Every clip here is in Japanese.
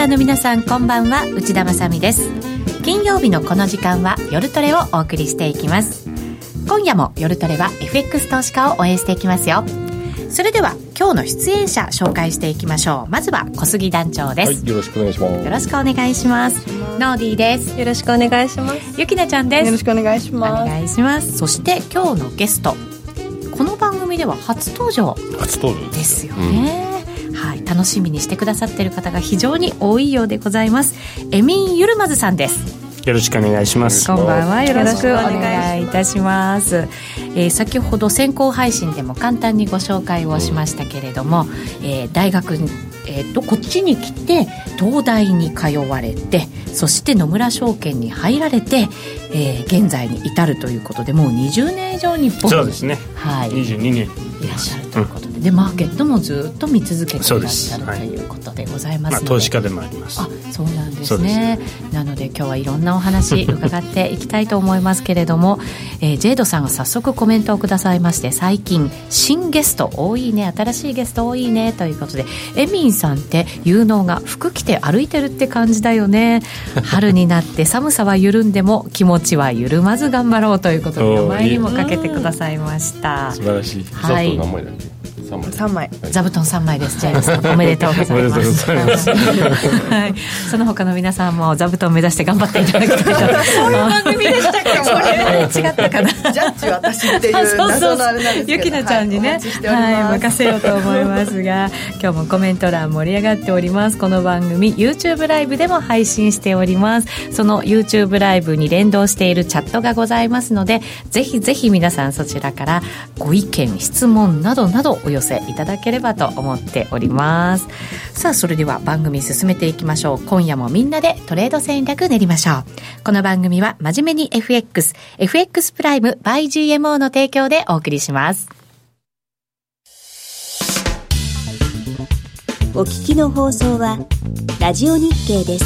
ーの皆さん、こんばんは。内田まさみです。金曜日のこの時間は夜トレをお送りしていきます。今夜も夜トレは FX 投資家を応援していきますよ。それでは今日の出演者紹介していきましょう。まずは小杉団長です。 はい、よろしくお願いします。 よろしくお願いします。ノーディーです。 よろしくお願いします。 ゆきなちゃんです。 よろしくお願いします。 お願いします。そして今日のゲスト、この番組では初登場ですよね、はい、楽しみにしてくださっている方が非常に多いようでございます。エミン・ユルマズさんです。 よろしくお願いします。 こんばんは。よろしくお願いいたします。先ほど先行配信でも簡単にご紹介をしましたけれども、大学に、こっちに来て東大に通われて、そして野村証券に入られて、現在に至るということで、もう20年以上日本に、 そうですね、 はい、 22年いらっしゃるということで、でマーケットもずっと見続けていらっしゃるということでございますので、 投資家でもあります。 あ、そうなんですね。なので今日はいろんなお話伺っていきたいと思いますけれども、ジェイドさんが早速コメントをくださいまして、最近新ゲスト多いね、新しいゲスト多いねということで、エミンさんって有能が服着て歩いてるって感じだよね。春になって寒さは緩んでも気持ちは緩まず頑張ろうということで、名前にもかけてくださいました。 素晴らしい。 はい、 何枚だっけ 3枚、 座布団3枚です。ジェイドさんおめでとうございますはい、その他の皆さんも座布団目指して頑張っていただきたいとそういう番組でしたっけ。これ違ったかな。 ジャッジ私っていう謎のあれなんですけど、 ゆきなちゃんにね、はい、任せようと思いますが、今日もコメント欄盛り上がっております。この番組 YouTube ライブでも配信しております。その YouTube ライブに連動しているチャットがございますので、ぜひぜひ皆さんそちらからご意見、質問などなどお寄せいただければと思っております。さあ、それでは番組進めていきましょう。今夜もみんなでトレード戦略練りましょう。この番組は真面目に FX プライム by GMO の提供でお送りします。 お聞きの放送はラジオ日経です。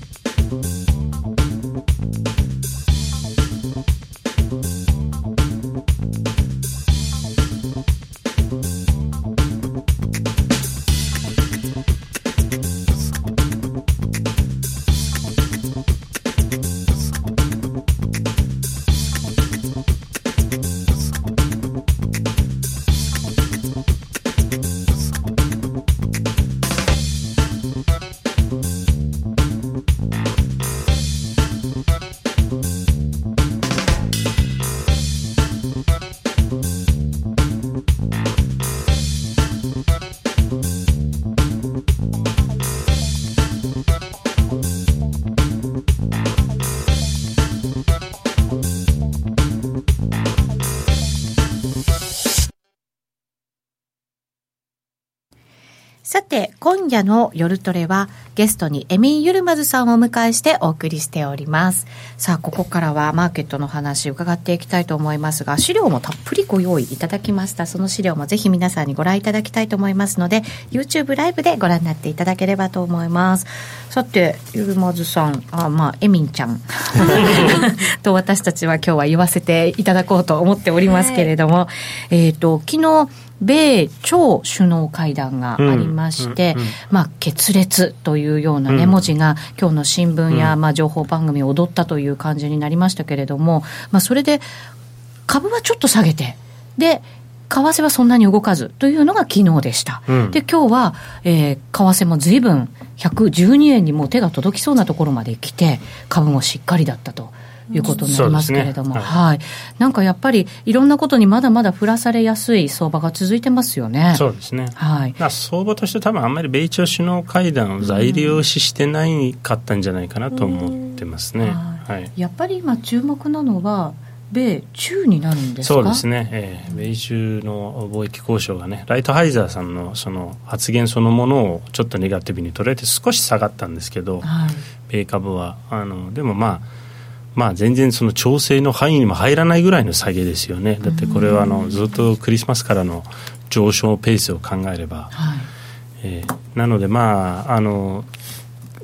さて、今夜の夜トレはゲストにエミン・ユルマズさんをお迎えしてお送りしております。さあ、ここからはマーケットの話伺っていきたいと思いますが、資料もたっぷりご用意いただきました。その資料もぜひ皆さんにご覧いただきたいと思いますので、 YouTube ライブでご覧になっていただければと思います。さて、ユルマズさん、エミンちゃんと私たちは今日は言わせていただこうと思っておりますけれども、昨日米朝首脳会談がありまして、決裂というような、文字が今日の新聞や、情報番組を踊ったという感じになりましたけれども、それで株はちょっと下げて、で為替はそんなに動かずというのが昨日でした、で今日は、為替も随分112円にもう手が届きそうなところまで来て、株もしっかりだったということになりますけれども、はい、なんかやっぱりいろんなことにまだまだ振らされやすい相場が続いてますよね。 そうですね、 はい、 相場として多分あんまり米朝首脳会談を材料視してないかったんじゃないかなと思ってますね、はい、 やっぱり今注目なのは米中になるんですか。 そうですね、米中の貿易交渉がね、ライトハイザーさんのその発言そのものをちょっとネガティブに捉えて少し下がったんですけど、米株はでも全然その調整の範囲にも入らないぐらいの下げですよね。だってこれはずっとクリスマスからの上昇ペースを考えれば、なので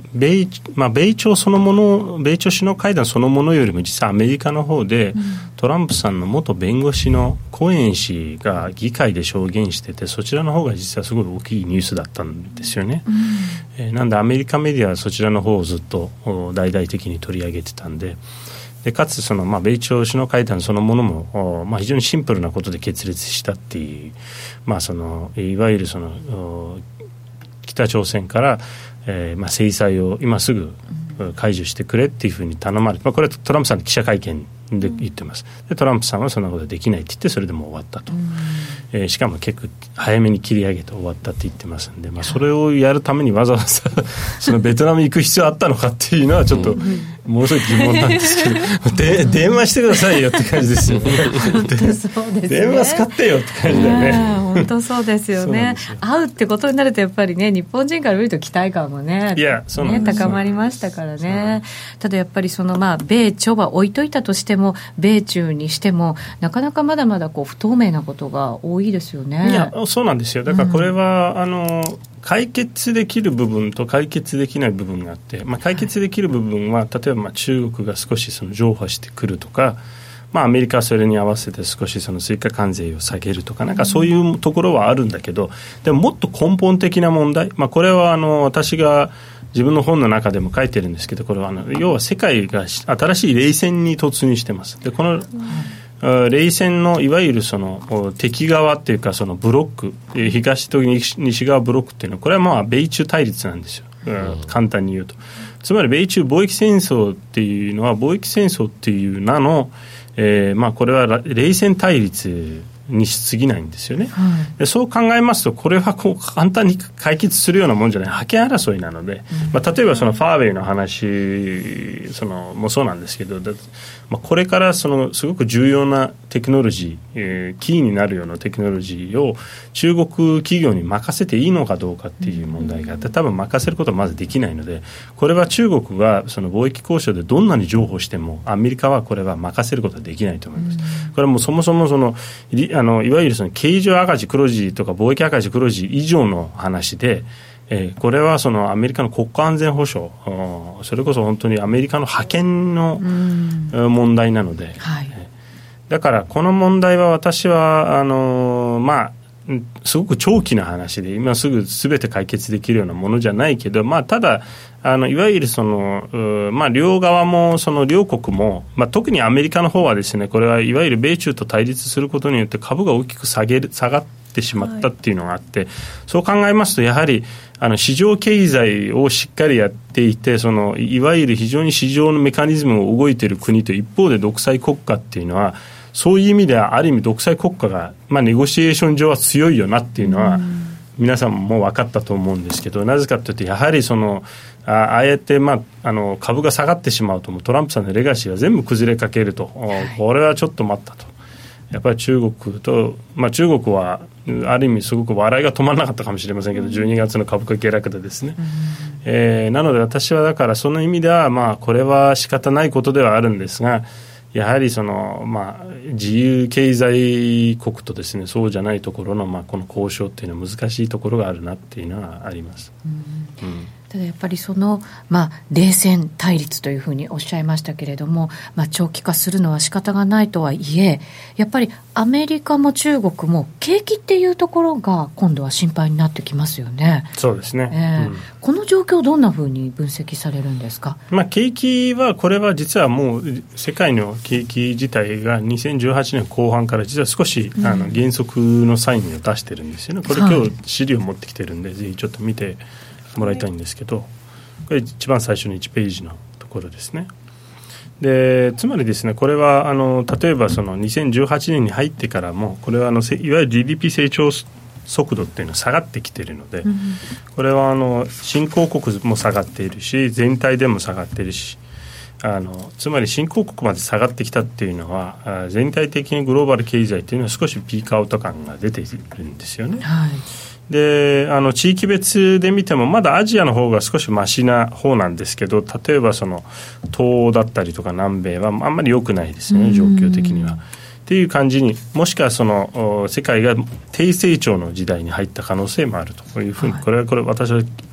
米朝そのもの、米朝首脳会談そのものよりも実はアメリカの方で、トランプさんの元弁護士のコエン氏が議会で証言してて、そちらの方が実はすごい大きいニュースだったんですよね。なんでアメリカメディアはそちらの方をずっと大々的に取り上げてたんで、かつその、米朝首脳会談そのものも、非常にシンプルなことで決裂したっていう、そのいわゆるその北朝鮮から、制裁を今すぐ解除してくれっていうふうに頼まれて、これはトランプさんの記者会見で言ってます。でトランプさんはそんなことできないって言って、それでも終わったと、しかも結構早めに切り上げて終わったって言ってますんで、それをやるためにわざわざそのベトナム行く必要あったのかっていうのはちょっとものすごい疑問なんですけど電話してくださいよって感じですよね。 本当そうですね。 電話使ってよって感じだよね。 本当そうですよね。会うってことになるとやっぱりね、日本人から見ると期待感もね、高まりましたからね。ただやっぱりその米朝は置いといたとしても、米中にしてもなかなかまだまだ不透明なことが多いですよね。 いや、そうなんですよ。だからこれは、解決できる部分と解決できない部分があって、解決できる部分は例えば中国が少しその譲歩してくるとか、アメリカはそれに合わせて少しその追加関税を下げるとか、なんかそういうところはあるんだけど、でももっと根本的な問題、これは私が自分の本の中でも書いてるんですけど、これは要は世界が新しい冷戦に突入してます。でこの冷戦のいわゆるその敵側っていうか、そのブロック、東と西側ブロックっていうのは、これは米中対立なんですよ、簡単に言うと。つまり米中貿易戦争っていうのは、貿易戦争っていう名の、これは冷戦対立に過ぎないんですよね、でそう考えますと、これは簡単に解決するようなもんじゃない、覇権争いなので、例えばそのファーウェイの話もそうなんですけど、これからすごく重要なテクノロジー、キーになるようなテクノロジーを中国企業に任せていいのかどうかっていう問題があって、多分任せることはまずできないので、これは中国がその貿易交渉でどんなに譲歩してもアメリカはこれは任せることはできないと思います。これはもうそもそもいわゆるその経常赤字黒字とか貿易赤字黒字以上の話で、これはそのアメリカの国家安全保障、それこそ本当にアメリカの覇権の問題なので、だからこの問題は私はすごく長期な話で、今すぐ全て解決できるようなものじゃないけど、ただいわゆるその、両側もその両国も、特にアメリカの方はですね、これはいわゆる米中と対立することによって株が大きく下がってしまったっていうのがあって、そう考えますと、やはり市場経済をしっかりやっていて、そのいわゆる非常に市場のメカニズムを動いている国と、一方で独裁国家っていうのは、そういう意味ではある意味独裁国家が、ネゴシエーション上は強いよなっていうのは、皆さんも分かったと思うんですけど、なぜかというと、やはりああやって株が下がってしまうと、もうトランプさんのレガシーが全部崩れかけると、これはちょっと待ったと。やっぱり中国と、中国はある意味すごく笑いが止まらなかったかもしれませんけど、12月の株価下落でですね、なので私はだからその意味では、これは仕方ないことではあるんですが、やはり自由経済国とですね、そうじゃないところのこの交渉っていうのは難しいところがあるなっていうのはあります。 ただやっぱり冷戦対立というふうにおっしゃいましたけれども、長期化するのは仕方がないとはいえ、やっぱりアメリカも中国も景気っていうところが今度は心配になってきますよね。 そうですね、 この状況をどんなふうに分析されるんですか。 景気はこれは実はもう世界の景気自体が2018年後半から実は少し減速のサインを出してるんですよね。これ今日資料持ってきてるんで、ぜひちょっと見てもらいたいんですけど、これ一番最初の1ページのところですね。でつまりですね、これは例えばその2018年に入ってからも、これはいわゆる GDP 成長速度っていうのは下がってきているので、これは新興国も下がっているし、全体でも下がっているし、つまり新興国まで下がってきたっていうのは、全体的にグローバル経済っていうのは少しピークアウト感が出ているんですよね。で地域別で見てもまだアジアの方が少しマシな方なんですけど、例えばその東欧だったりとか南米はあんまり良くないですよね、状況的には。っていう感じに、もしくはその世界が低成長の時代に入った可能性もあるというふうに、これ私は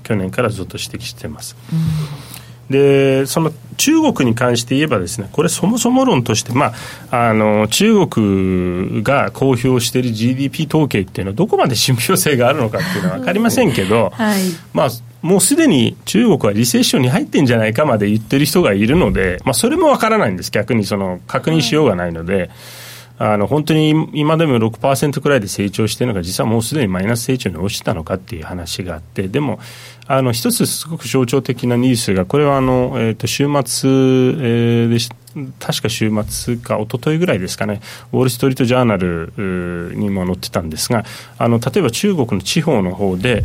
去年からずっと指摘しています。でその中国に関して言えばですね、これそもそも論として、中国が公表している GDP 統計っていうのはどこまで信憑性があるのかっていうのは分かりませんけど、もうすでに中国はリセッションに入ってんじゃないかまで言ってる人がいるので、それも分からないんです。逆にその確認しようがないので、本当に今でも 6% くらいで成長しているのが実はもうすでにマイナス成長に落ちたのかっていう話があって、でも一つすごく象徴的なニュースが、これは週末、で確か週末か一昨日ぐらいですかね、ウォールストリートジャーナルにも載ってたんですが、例えば中国の地方の方で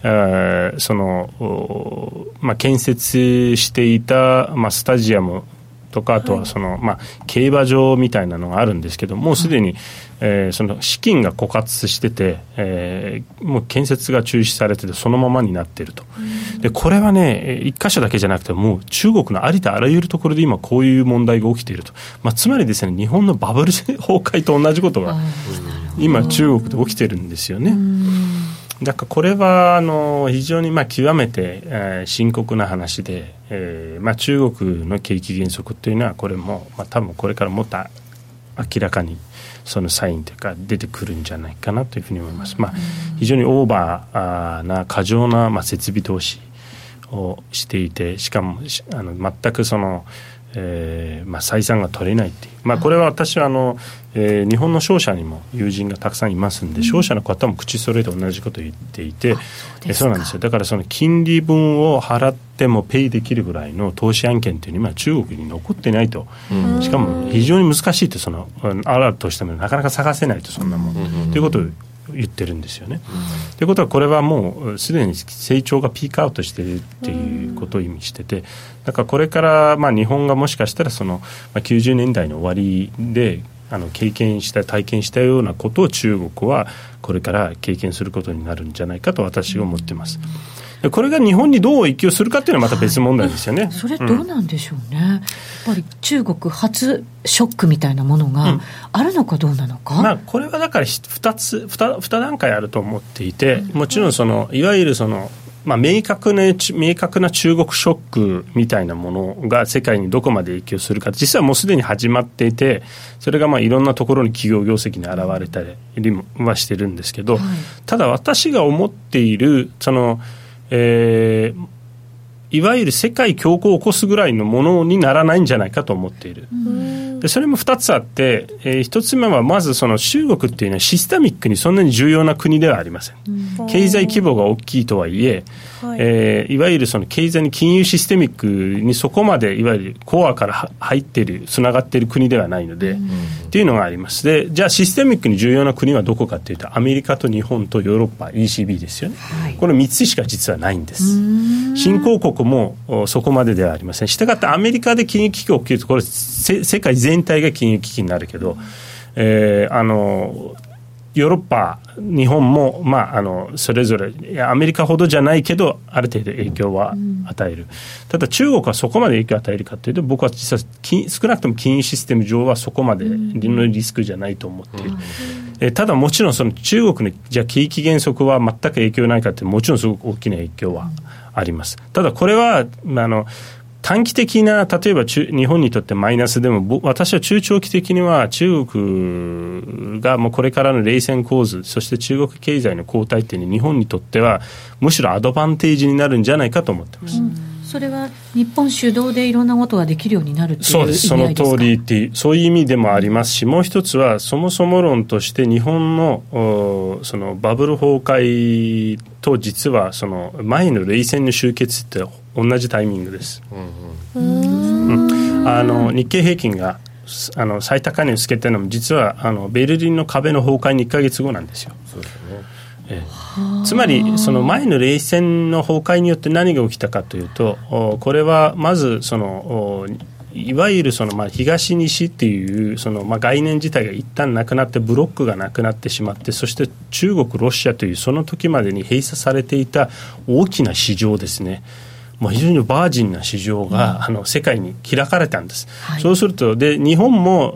建設していた、スタジアムとか、あとは競馬場みたいなのがあるんですけど、もうすでに、その資金が枯渇してて、もう建設が中止されててそのままになっていると。でこれはね、一箇所だけじゃなくてもう中国のありとあらゆるところで今こういう問題が起きていると、つまりですね、日本のバブル崩壊と同じことが今中国で起きてるんですよね。だからこれは非常に極めて、深刻な話で、中国の景気減速というのはこれも、多分これからもっと明らかにそのサインというか出てくるんじゃないかなというふうに思います。非常にオーバーな過剰な設備投資をしていて、しかも全くその採算が取れないっていう、これは私は日本の商社にも友人がたくさんいますんで、商社の方も口揃えて同じことを言っていて、そうなんですよ。だからその金利分を払ってもペイできるぐらいの投資案件というのは今中国に残ってないと、しかも非常に難しいと、あるとしてもなかなか探せないと、そんなもんということを言ってるんですよね。ということはこれはもうすでに成長がピークアウトしているっていうことを意味してて、だからこれから日本がもしかしたら90年代の終わりで体験したようなことを中国はこれから経験することになるんじゃないかと私は思っています。これが日本にどう影響するかっていうのはまた別問題ですよね。 それどうなんでしょうね。やっぱり中国初ショックみたいなものがあるのかどうなのか、 これはだから2段階あると思っていて、もちろんいわゆる明確な中国ショックみたいなものが世界にどこまで影響するか、実はもうすでに始まっていて、それがいろんなところに企業業績に現れたりはしてるんですけど、ただ私が思っているいわゆる世界恐慌を起こすぐらいのものにならないんじゃないかと思っている。でそれも2つあって、1つ目はまず中国っていうのはシステミックにそんなに重要な国ではありません。経済規模が大きいとはいえ、いわゆる経済に金融システミックにそこまでいわゆるコアから入っているつながっている国ではないので、っていうのがあります。でじゃあシステミックに重要な国はどこかというとアメリカと日本とヨーロッパ ECB ですよね。この3つしか実はないんです。新興国もそこまでではありません。したがってアメリカで金融危機が起きるとこれ世界全体が金融危機になるけど、ヨーロッパ日本も、それぞれアメリカほどじゃないけどある程度影響は与える。ただ中国はそこまで影響を与えるかというと、僕は実は少なくとも金融システム上はそこまでのリスクじゃないと思っている。ただもちろん中国のじゃあ景気減速は全く影響ないかというと、もちろんすごく大きな影響はあります。ただこれは短期的な例えば日本にとってマイナスでも、私は中長期的には中国がもうこれからの冷戦構図、そして中国経済の後退っていうのは日本にとってはむしろアドバンテージになるんじゃないかと思っています。 それは日本主導でいろんなことができるようになるっていう意味合いですか？ そうです、その通りっていうそういう意味でもありますし、もう一つはそもそも論として日本のそのバブル崩壊と実はその前の冷戦の終結って同じタイミングです。日経平均が最高値をつけたのも実はベルリンの壁の崩壊に1ヶ月後なんですよ。そうですね。つまりその前の冷戦の崩壊によって何が起きたかというと、これはまずいわゆる東西っていう概念自体が一旦なくなって、ブロックがなくなってしまって、そして中国ロシアというその時までに閉鎖されていた大きな市場ですね、 もう非常にバージンな市場が、世界に開かれたんです、 はい、 そうするとで日本も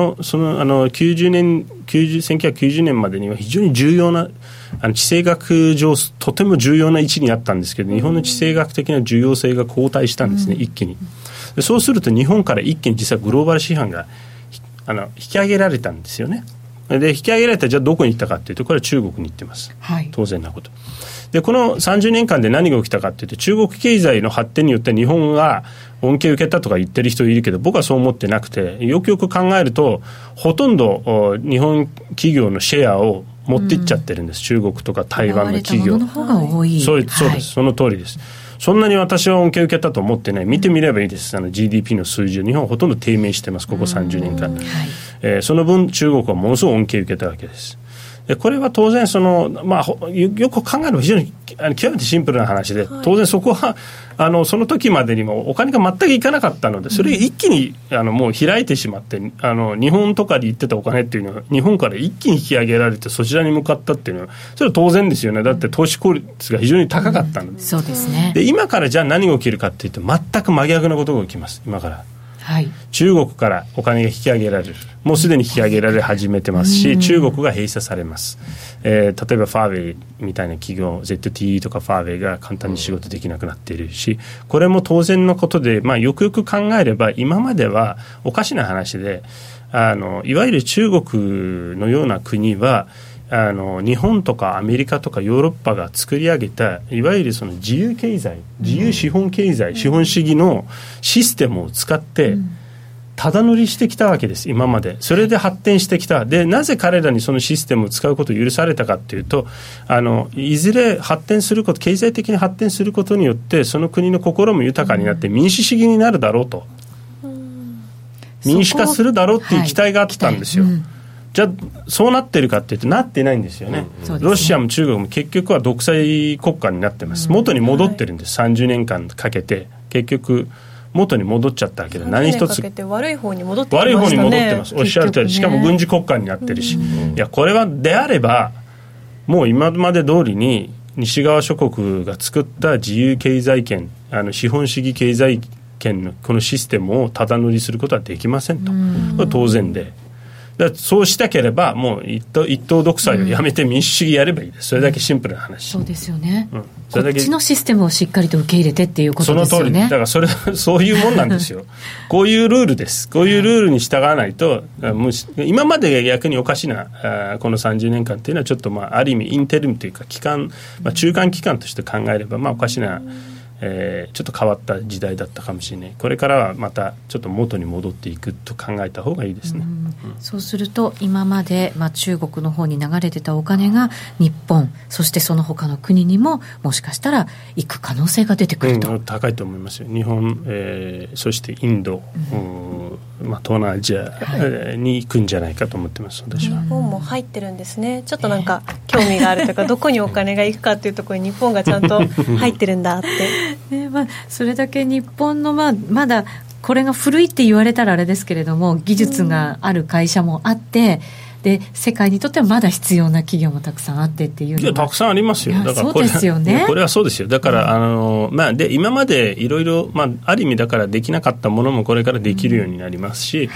1990年までには非常に重要な地政学上とても重要な位置にあったんですけど、日本の地政学的な重要性が後退したんですね、一気に。でそうすると日本から一気に実はグローバル資産が引き上げられたんですよね。で引き上げられたらじゃあどこに行ったかというと、これは中国に行ってます、はい、当然なこと。でこの30年間で何が起きたかというと、中国経済の発展によって日本が恩恵を受けたとか言ってる人いるけど、僕はそう思ってなくて、よくよく考えるとほとんど日本企業のシェアを持っていっちゃってるんです、中国とか台湾の企業。そうです、その通りです。そんなに私は恩恵を受けたと思ってない。見てみればいいです。GDP の数字、日本はほとんど低迷してます、ここ30年間、その分中国はものすごい恩恵を受けたわけです。でこれは当然よく考えれば非常に極めてシンプルな話で、当然そこはその時までにもお金が全くいかなかったので、それが一気にもう開いてしまって、日本とかに行ってたお金っていうのは日本から一気に引き上げられてそちらに向かったっていうのは、それは当然ですよね。だって投資効率が非常に高かったので、 そうですね。 で今からじゃあ何が起きるかっていうと、全く真逆なことが起きます。今からはい、中国からお金が引き上げられる、もうすでに引き上げられ始めてますし、中国が閉鎖されます、例えばファーウェイみたいな企業 ZTE とかファーウェイが簡単に仕事できなくなっているし、これも当然のことで、よくよく考えれば今まではおかしな話で、いわゆる中国のような国は日本とかアメリカとかヨーロッパが作り上げたいわゆるその自由経済、自由資本経済、資本主義のシステムを使ってただ乗りしてきたわけです、今まで。それで発展してきた。でなぜ彼らにそのシステムを使うことを許されたかというと、いずれ発展すること、経済的に発展することによってその国の心も豊かになって民主主義になるだろうと、民主化するだろうっていう期待があったんですよ、じゃあそうなってるかっていうとなってないんですよね、ロシアも中国も結局は独裁国家になってます。元に戻ってるんです、30年間かけて結局元に戻っちゃったわけで、何一つ悪い方に戻ってきましたね。 悪い方に戻ってます、おっしゃる通り。しかも軍事国家になってるし、いやこれはであればもう今まで通りに西側諸国が作った自由経済圏、資本主義経済圏のこのシステムをただ乗りすることはできませんと、これは当然で、だそうしたければもう一党独裁をやめて民主主義やればいいです。それだけシンプルな話、 そうですよね、それだけこっちのシステムをしっかりと受け入れてっていうことですよね。 その通り、だからそういうもんなんですよこういうルールです。こういうルールに従わないと、今まで逆におかしなこの30年間っていうのはちょっとある意味インテリムというか期間、中間期間として考えればおかしなちょっと変わった時代だったかもしれない。これからはまたちょっと元に戻っていくと考えた方がいいですね、 そうすると今まで、中国の方に流れてたお金が日本、そしてその他の国にももしかしたら行く可能性が出てくると、 高いと思いますよ。日本、そしてインド、東南アジアに行くんじゃないかと思ってます、私は。 日本も入ってるんですね。ちょっとなんか興味があるというかどこにお金が行くかというところに日本がちゃんと入ってるんだってそれだけ日本のまだこれが古いって言われたらあれですけれども、技術がある会社もあって、で世界にとってはまだ必要な企業もたくさんあってっていうのは、 いやたくさんありますよ。だからそうですよね。 これはそうですよ。だから、で今までいろいろある意味だからできなかったものもこれからできるようになりますし、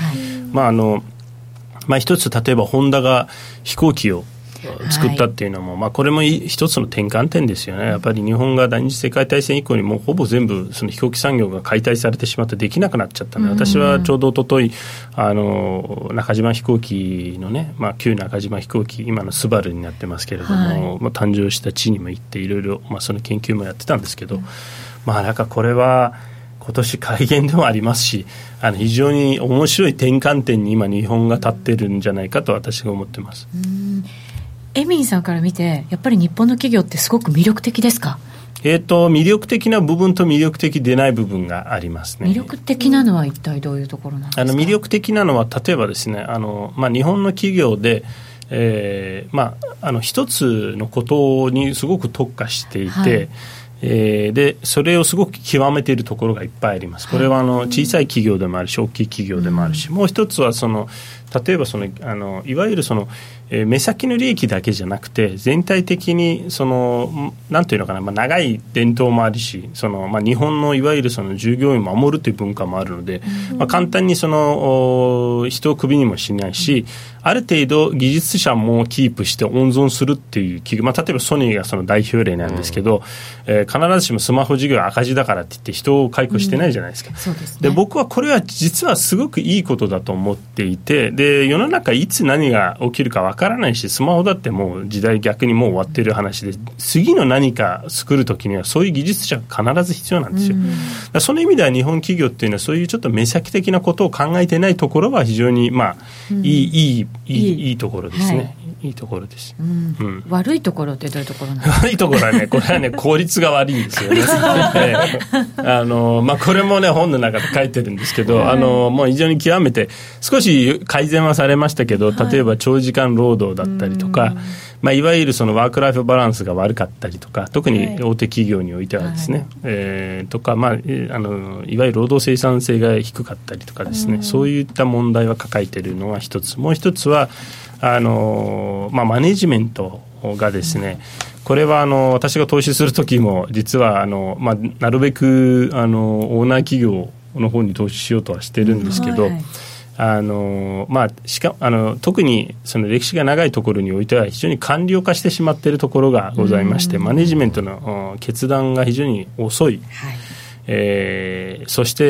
一つ例えばホンダが飛行機を作ったっていうのも、これも一つの転換点ですよね。やっぱり日本が第二次世界大戦以降にもうほぼ全部その飛行機産業が解体されてしまってできなくなっちゃったので、私はちょうど一昨日中島飛行機のね、旧中島飛行機、今のスバルになってますけれども、誕生した地にも行っていろいろその研究もやってたんですけど、なんかこれは今年改元でもありますし、非常に面白い転換点に今日本が立ってるんじゃないかと私が思ってます。 エミンさんから見てやっぱり日本の企業ってすごく魅力的ですか？ 魅力的な部分と魅力的でない部分がありますね。 魅力的なのは一体どういうところなんですか？ 魅力的なのは例えばですね、日本の企業で、一つのことにすごく特化していて、 でそれをすごく極めているところがいっぱいあります。これは小さい企業でもあるし大きい企業でもあるし、もう一つは例えばいわゆる目先の利益だけじゃなくて全体的になんていうのかな、長い伝統もあるし日本のいわゆる従業員を守るという文化もあるので、簡単に人をクビにもしないし、ある程度技術者もキープして温存するっていう企業、例えばソニーが代表例なんですけど、必ずしもスマホ事業は赤字だからって言って人を解雇してないじゃないですか。 そうですね。 で僕はこれは実はすごくいいことだと思っていて、で世の中いつ何が起きるかわからないし、スマホだってもう時代逆にもう終わってる話で、次の何か作るときにはそういう技術者が必ず必要なんですよ。だからその意味では日本企業っていうのはそういうちょっと目先的なことを考えてないところは非常にいいところですね。はい、いいところです、 悪いところってどういうところなんですか？ 悪いところはね、これはね効率が悪いんですよね。これもね本の中で書いてるんですけど、もう非常に極めて少し改善はされましたけど、例えば長時間労働だったりとか、いわゆるワークライフバランスが悪かったりとか、特に大手企業においてはですね、とか、いわゆる労働生産性が低かったりとかですね、そういった問題は抱えているのが一つ。もう一つはマネジメントがですね、これは私が投資するときも実はなるべくオーナー企業の方に投資しようとはしてるんですけど、特に歴史が長いところにおいては非常に官僚化してしまっているところがございまして、マネジメントの決断が非常に遅い、そして、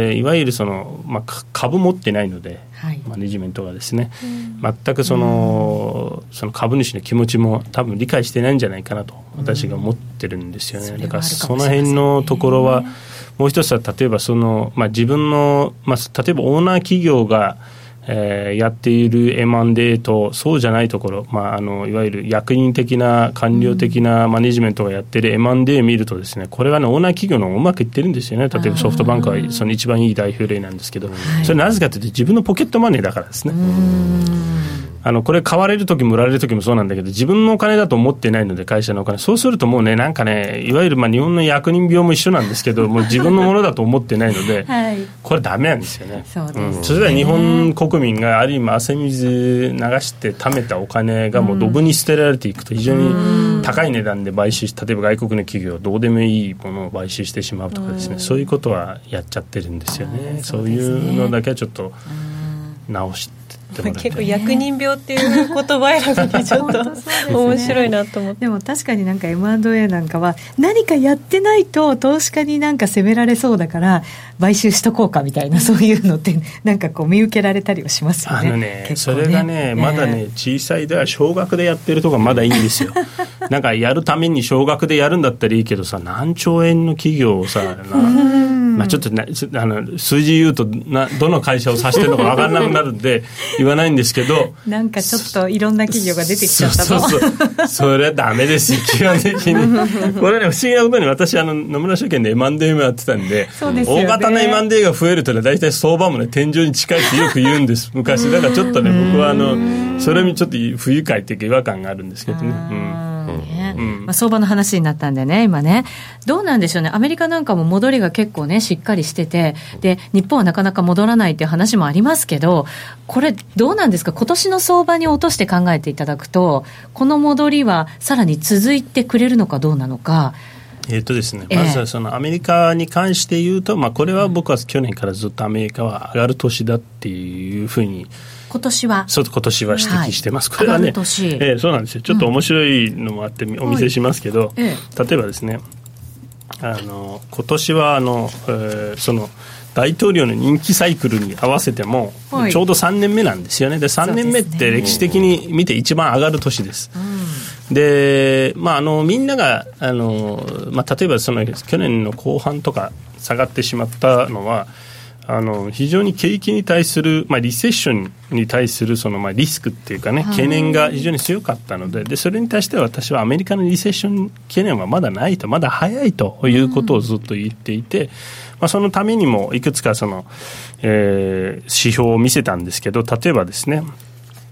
いわゆる株持ってないので、マネジメントがですね、全くその株主の気持ちも多分理解してないんじゃないかなと私が思ってるんですよね。だからその辺のところはもう一つは、例えば自分の、例えばオーナー企業がやっている M&A とそうじゃないところ、いわゆる役人的な官僚的なマネジメントがやっている M&A を見るとですね、これはねオーナー企業の方がうまくいってるんですよね。例えばソフトバンクはその一番いい代表例なんですけど、それなぜかというと自分のポケットマネーだからですね。これ買われるときも売られるときもそうなんだけど、自分のお金だと思ってないので、会社のお金、そうするともうね、なんかね、いわゆる日本の役人病も一緒なんですけど、もう自分のものだと思ってないので、これダメなんですよね。それでは日本国民がある意味汗水流して貯めたお金がもうドブに捨てられていくと、非常に高い値段で買収し、例えば外国の企業はどうでもいいものを買収してしまうとかですね、そういうことはやっちゃってるんですよね。そういうのだけはちょっと直して結構役人病っていう言葉選びにちょっと面白いなと思って。 でも確かになんか M&A なんかは何かやってないと投資家になんか責められそうだから買収しとこうかみたいな、そういうのってなんか見受けられたりはしますよね。 それがね、まだね小さいでは少額でやってるとこまだいいんですよ。なんかやるために少額でやるんだったらいいけどさ、何兆円の企業をさちょっと数字言うとどの会社を指してるのか分からなくなるんで言わないんですけど、 なんかちょっといろんな企業が出てきちゃったと。 それはダメですよ基本的に。これね、不思議なことに私野村証券で M&A もやってたんで、大型な M&A が増えるとね、大体相場もね天井に近いってよく言うんです昔。だからちょっとね、僕はそれにちょっと不愉快っていうか違和感があるんですけどね。 相場の話になったんでね、今ねどうなんでしょうね。アメリカなんかも戻りが結構ねしっかりしてて、で日本はなかなか戻らないっていう話もありますけど、これどうなんですか。今年の相場に落として考えていただくと、この戻りはさらに続いてくれるのかどうなのか。 ですね、まずはそのアメリカに関して言うと、これは僕は去年からずっとアメリカは上がる年だっていうふうに今年は指摘してます、これはね、そうなんですよ。ちょっと面白いのもあってお見せしますけど、例えばですね、今年はその大統領の任期サイクルに合わせてもちょうど3年目なんですよね。で3年目って歴史的に見て一番上がる年です。でみんなが例えば去年の後半とか下がってしまったのは、非常に景気に対する、リセッションに対するリスクっていうかね、懸念が非常に強かったので、それに対しては私はアメリカのリセッション懸念はまだないと、まだ早いということをずっと言っていて、そのためにもいくつか指標を見せたんですけど、例えばですね、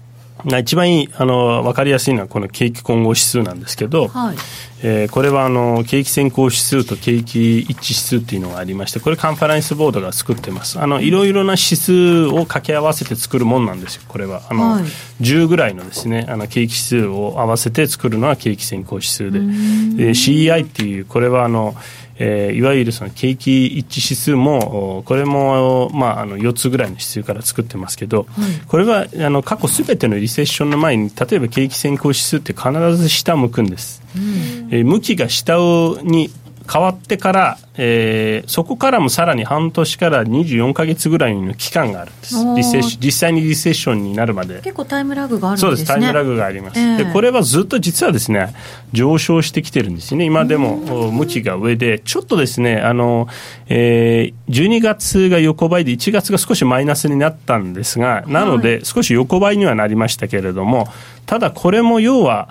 一番いい分かりやすいのはこの景気混合指数なんですけど、はい、これは景気先行指数と景気一致指数というのがありまして、これカンファレンスボードが作ってます。いろいろな指数を掛け合わせて作るもんなんですよ。これははい、10ぐらいのですね景気指数を合わせて作るのは景気先行指数で、CEI っていうこれはいわゆるその景気一致指数もこれも、4つぐらいの指数から作ってますけど、これは過去すべてのリセッションの前に例えば景気先行指数って必ず下向くんです、向きが下に変わってから、そこからもさらに半年から24ヶ月ぐらいの期間があるんです。実際にリセッションになるまで結構タイムラグがあるんですね。 そうです、タイムラグがあります、でこれはずっと実はですね上昇してきてるんですよね。今でも向きが上でちょっとですね12月が横ばいで1月が少しマイナスになったんですが、なので少し横ばいにはなりましたけれども、ただこれも要は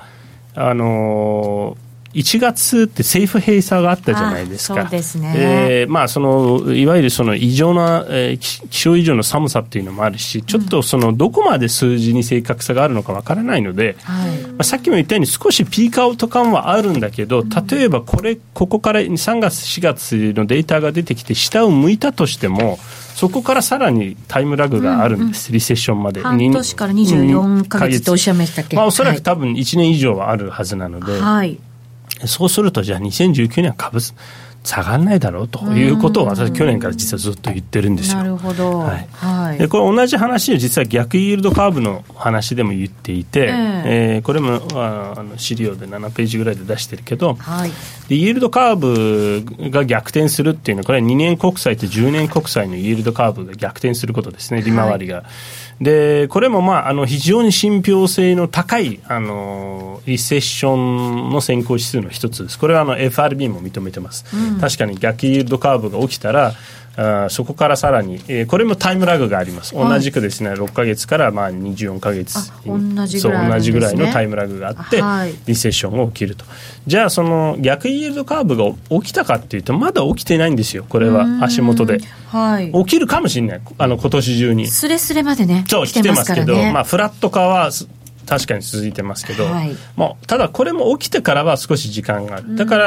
1月って政府閉鎖があったじゃないですか。 そうですね。 いわゆるその異常な、気象異常の寒さっていうのもあるし、ちょっとどこまで数字に正確さがあるのかわからないので、さっきも言ったように少しピークアウト感はあるんだけど、例えばここから3月4月のデータが出てきて下を向いたとしても、そこからさらにタイムラグがあるんです、リセッションまで。 半年から24ヶ月とおっしゃいましたっけ。 おそらく多分1年以上はあるはずなので、そうするとじゃあ2019年は株下がらないだろうということを私去年から実はずっと言ってるんですよ。 なるほど、 でこれ同じ話を実は逆イールドカーブの話でも言っていて、これも資料で7ページぐらいで出してるけど、でイールドカーブが逆転するっていうのはこれは2年国債と10年国債のイールドカーブが逆転することですね、利回りが。でこれも非常に信憑性の高いリセッションの先行指数の一つです。これはFRB も認めてます、確かに逆イールドカーブが起きたらそこからさらに、これもタイムラグがあります。同じくですね6ヶ月から24ヶ月同じぐらいのタイムラグがあって、リセッションが起きると。じゃあその逆イールドカーブが起きたかっていうとまだ起きてないんですよ。これは足元で、起きるかもしれない、今年中にスレスレまでね来てますけど、フラット化は確かに続いてますけど、ただこれも起きてからは少し時間がある。だから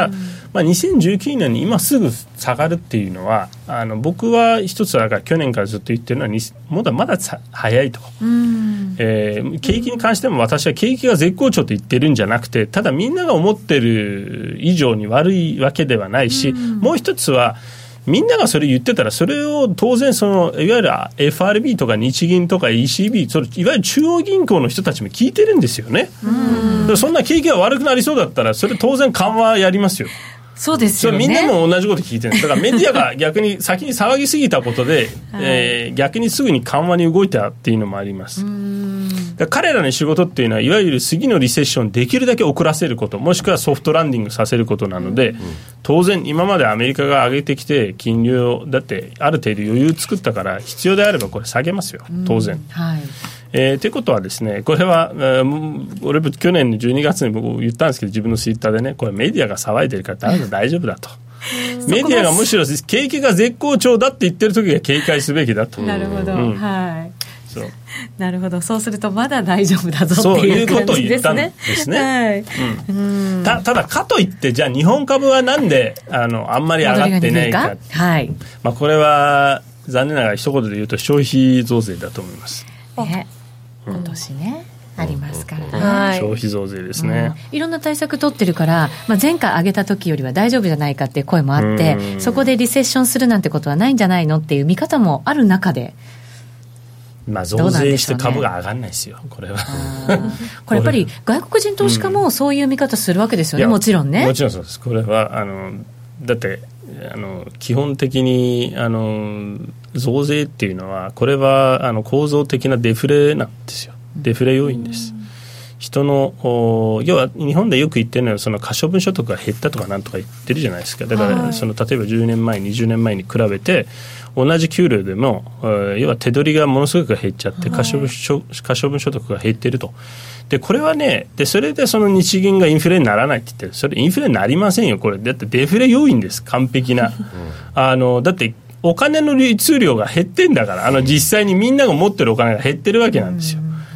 、2019年に今すぐ下がるっていうのは僕は一つは去年からずっと言ってるのはまだ早いと、景気に関しても私は景気が絶好調と言ってるんじゃなくて、ただみんなが思ってる以上に悪いわけではないし、もう一つはみんながそれ言ってたらそれを当然いわゆる FRB とか日銀とか ECB いわゆる中央銀行の人たちも聞いてるんですよね。そんな景気が悪くなりそうだったらそれ当然緩和やりますよ。 そうですよね。 みんなも同じこと聞いてるんです。だからメディアが逆に先に騒ぎすぎたことで、逆にすぐに緩和に動いたっていうのもあります。だから彼らの仕事っていうのはいわゆる次のリセッションできるだけ遅らせること、もしくはソフトランディングさせることなので、当然今までアメリカが上げてきて金利をだってある程度余裕作ったから必要であればこれ下げますよ当然。ということはですね、これは俺も去年の12月に僕言ったんですけど、自分のツイッターでね、これメディアが騒いでるから大丈夫だとメディアがむしろ景気が絶好調だって言ってる時が警戒すべきだと。 なるほど、なるほど。そうするとまだ大丈夫だぞっていう感じですね。そういうことを言ったんですね。 ただかといってじゃあ日本株はなんであんまり上がってないか、これは残念ながら一言で言うと消費増税だと思います、 今年ねありますからね、 消費増税ですね、 いろんな対策取ってるから、前回上げた時よりは大丈夫じゃないかっていう声もあって、そこでリセッションするなんてことはないんじゃないのっていう見方もある中で、 増税して株が上がらないですよこれはこれやっぱり外国人投資家もそういう見方するわけですよね、もちろんね。 もちろんそうです。これはだって基本的に増税っていうのはこれは構造的なデフレなんですよ。デフレ要因です。人の要は日本でよく言ってるのはその可処分所得が減ったとかなんとか言ってるじゃないですか。だから例えば10年前20年前に比べて同じ給料でも要は手取りがものすごく減っちゃって可処分所得が減っていると。でこれはね、それでその日銀がインフレにならないって言ってる。それインフレになりませんよ。これだってデフレ要因です。完璧なだってお金の流通量が減ってんだから実際にみんなが持ってるお金が減ってるわけなんですよ。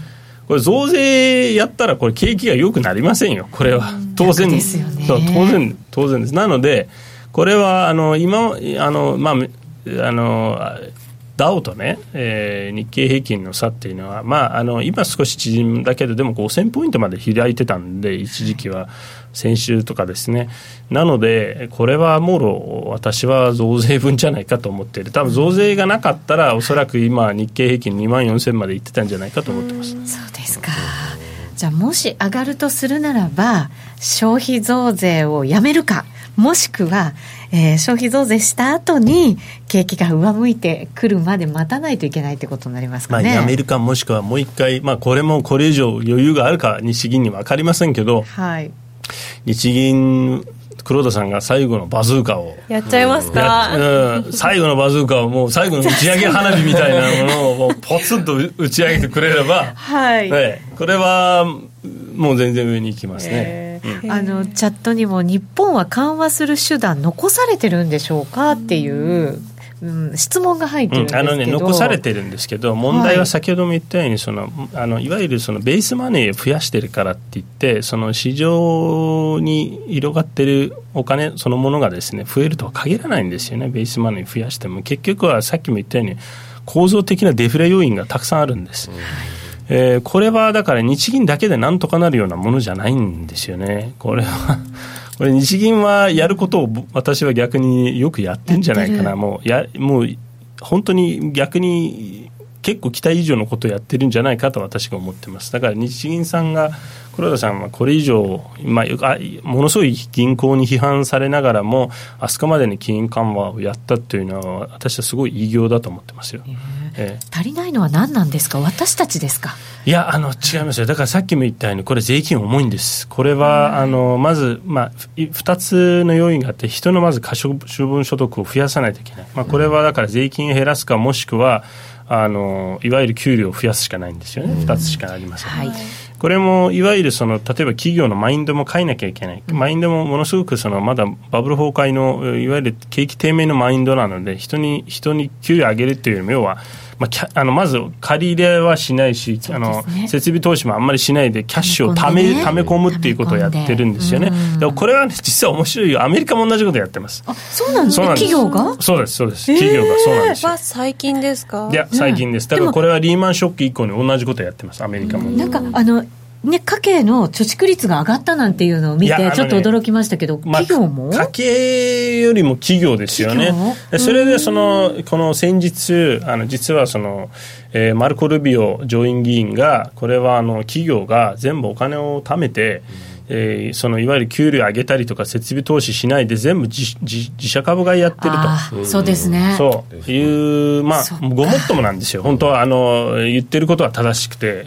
これ増税やったらこれ景気が良くなりませんよ。これは当然ですよね。 そう当然です。なのでこれはダウとね、日経平均の差っていうのは、今少し縮んだけどでも5000ポイントまで開いてたんで、一時期は先週とかですね。なのでこれはもろ私は増税分じゃないかと思っている。多分増税がなかったらおそらく今日経平均24000までいってたんじゃないかと思ってます。 そうですか。じゃあもし上がるとするならば消費増税をやめるか、もしくは、消費増税した後に景気が上向いてくるまで待たないといけないってことになりますかね。 やめるか、もしくはもう一回、これもこれ以上余裕があるか日銀には分かりませんけど、 はい、 日銀黒田さんが最後のバズーカをやっちゃいますか。 最後のバズーカをもう最後の打ち上げ花火みたいなものをもうポツンと打ち上げてくれれば、 はい、 これはもう全然上に行きますね。 チャットにも日本は緩和する手段残されてるんでしょうかっていう、質問が入ってるんですけど、 残されてるんですけど、問題は先ほども言ったようにいわゆるそのベースマネーを増やしてるからって言ってその市場に広がってるお金そのものがですね増えるとは限らないんですよね。ベースマネー増やしても結局はさっきも言ったように構造的なデフレ要因がたくさんあるんです。これはだから日銀だけでなんとかなるようなものじゃないんですよね。これ日銀はやることを私は逆によくやってんじゃないかな。もう本当に逆に結構期待以上のことをやってるんじゃないかと私が思ってます。だから日銀さんが黒田さんはこれ以上、ものすごい銀行に批判されながらもあそこまでに金融緩和をやったというのは私はすごい偉業だと思ってますよ。 足りないのは何なんですか。私たちですか。 いや違いますよ。だからさっきも言ったようにこれ税金重いんです。これはまず、2つの要因があって、人のまず可処分所得を増やさないといけない。これはだから税金を減らすかもしくはいわゆる給料を増やすしかないんですよね。2つしかありません、これもいわゆる例えば企業のマインドも変えなきゃいけない。マインドもものすごくまだバブル崩壊のいわゆる景気低迷のマインドなので、人に給与を上げるというよりも要はまず借り入れはしないし、設備投資もあんまりしないでキャッシュをため込むっていうことをやってるんですよね。でもこれは、実は面白いよ。アメリカも同じことやってます。 そうなんですね。企業がそうです企業がそうなんですよ。 最近ですか。 いや最近です。だからこれはリーマンショック以降に同じことやってます。アメリカも。 なんか家計の貯蓄率が上がったなんていうのを見てちょっと驚きましたけど、企業も家計よりも企業ですよね。それでこの先日実はマルコ・ルビオ上院議員がこれは企業が全部お金を貯めて、いわゆる給料上げたりとか設備投資しないで全部自社株買いやってると。 そうですね。 そういうごもっともなんですよ。本当は言ってることは正しくて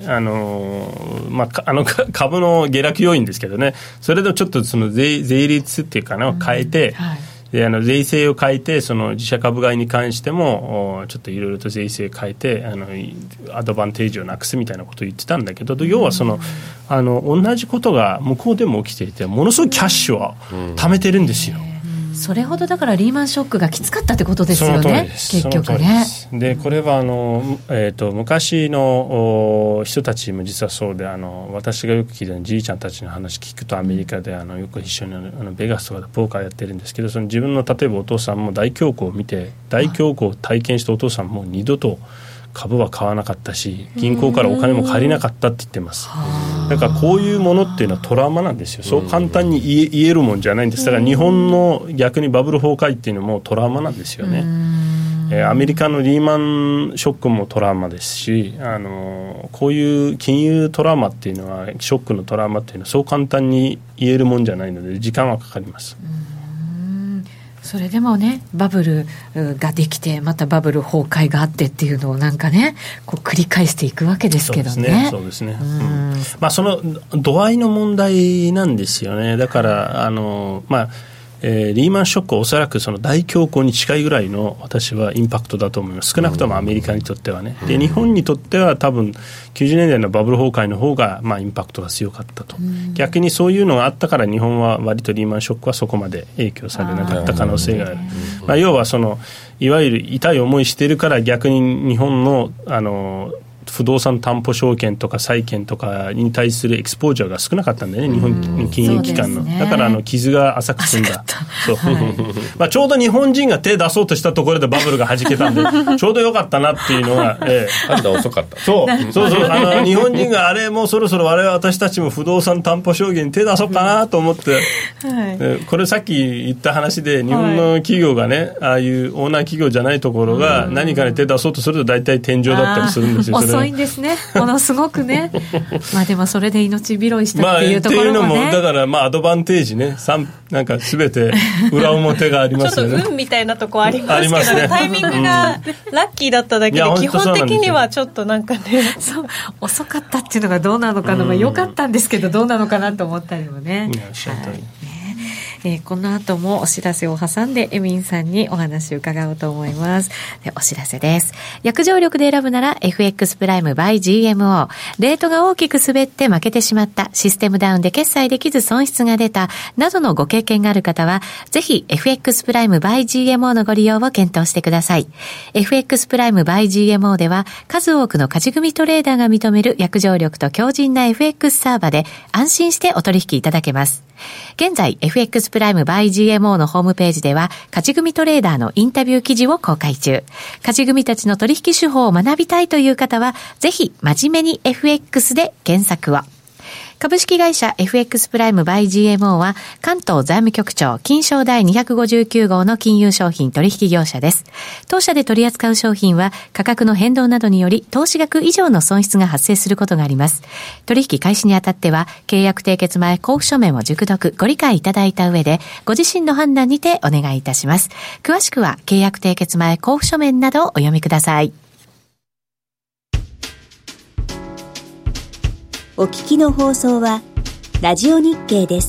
株の下落要因ですけどね。それでちょっと税率っていうかを変えて、で税制を変えて自社株買いに関してもちょっといろいろと税制変えてアドバンテージをなくすみたいなことを言ってたんだけど、要は同じことが向こうでも起きていて、ものすごいキャッシュを貯めてるんですよ。 それほどだからリーマンショックがきつかったってことですよね。結局ね。 でこれは昔の人たちも実はそうで、私がよく聞いたじいちゃんたちの話聞くと、アメリカでよく一緒にベガスとかでポーカーやってるんですけど、自分の例えばお父さんも大恐慌を見て、大恐慌を体験したお父さんも二度と株は買わなかったし、銀行からお金も借りなかったって言ってます。だからこういうものっていうのはトラウマなんですよ。そう簡単に言えるもんじゃないんです。だから日本の逆にバブル崩壊っていうのもトラウマなんですよね。アメリカのリーマンショックもトラウマですし、こういう金融トラウマっていうのは、ショックのトラウマっていうのはそう簡単に言えるもんじゃないので時間はかかります。 それでもね、バブルができてまたバブル崩壊があってっていうのをなんかね、こう繰り返していくわけですけどね。 そうですね。その度合いの問題なんですよね。だからリーマンショックはおそらく大恐慌に近いぐらいの私はインパクトだと思います。少なくともアメリカにとってはね。で日本にとっては多分90年代のバブル崩壊の方がインパクトが強かったと。逆にそういうのがあったから日本は割とリーマンショックはそこまで影響されなかった可能性がある。要はいわゆる痛い思いしてるから逆に日本の不不動産担保証券とか債券とかに対するエクスポージャーが少なかったんだよね、日本金融機関の、だから傷が浅く済んだそう、はいちょうど日本人が手出そうとしたところでバブルが弾けたんでちょうどよかったなっていうのが、 判断遅かったそう日本人があれもうそろそろ私たちも不動産担保証券に手出そうかなと思って、はい、これさっき言った話で日本の企業がね、ああいうオーナー企業じゃないところが何かに手出そうとすると大体天井だったりするんですよ。 遅いんですね、ものすごくねまあでもそれで命拾いしたっていうところもね、 っていうのもだからアドバンテージね、なんか全て裏表がありますよねちょっと運みたいなとこありますけど、 ね、 タイミングがラッキーだっただけで基本的にはちょっとなんかねそう遅かったっていうのがどうなのかな、良かったんですけどどうなのかなと思ったりもね。この後もお知らせを挟んでエミンさんにお話を伺おうと思います。で、お知らせです。約定力で選ぶなら FX プライム by GMO。レートが大きく滑って負けてしまった、システムダウンで決済できず損失が出たなどのご経験がある方はぜひ FX プライム by GMO のご利用を検討してください。FX プライム by GMO では数多くの勝ち組トレーダーが認める約定力と強靭な FX サーバで安心してお取引いただけます。現在 FX プライム by GMO のホームページでは勝ち組トレーダーのインタビュー記事を公開中。勝ち組たちの取引手法を学びたいという方はぜひ真面目に FX で検索を。株式会社 FX プライム by GMO は関東財務局長金商第259号の金融商品取引業者です。当社で取り扱う商品は価格の変動などにより投資額以上の損失が発生することがあります。取引開始にあたっては契約締結前交付書面を熟読ご理解いただいた上でご自身の判断にてお願いいたします。詳しくは契約締結前交付書面などをお読みください。 お聞きの放送はラジオ日経です。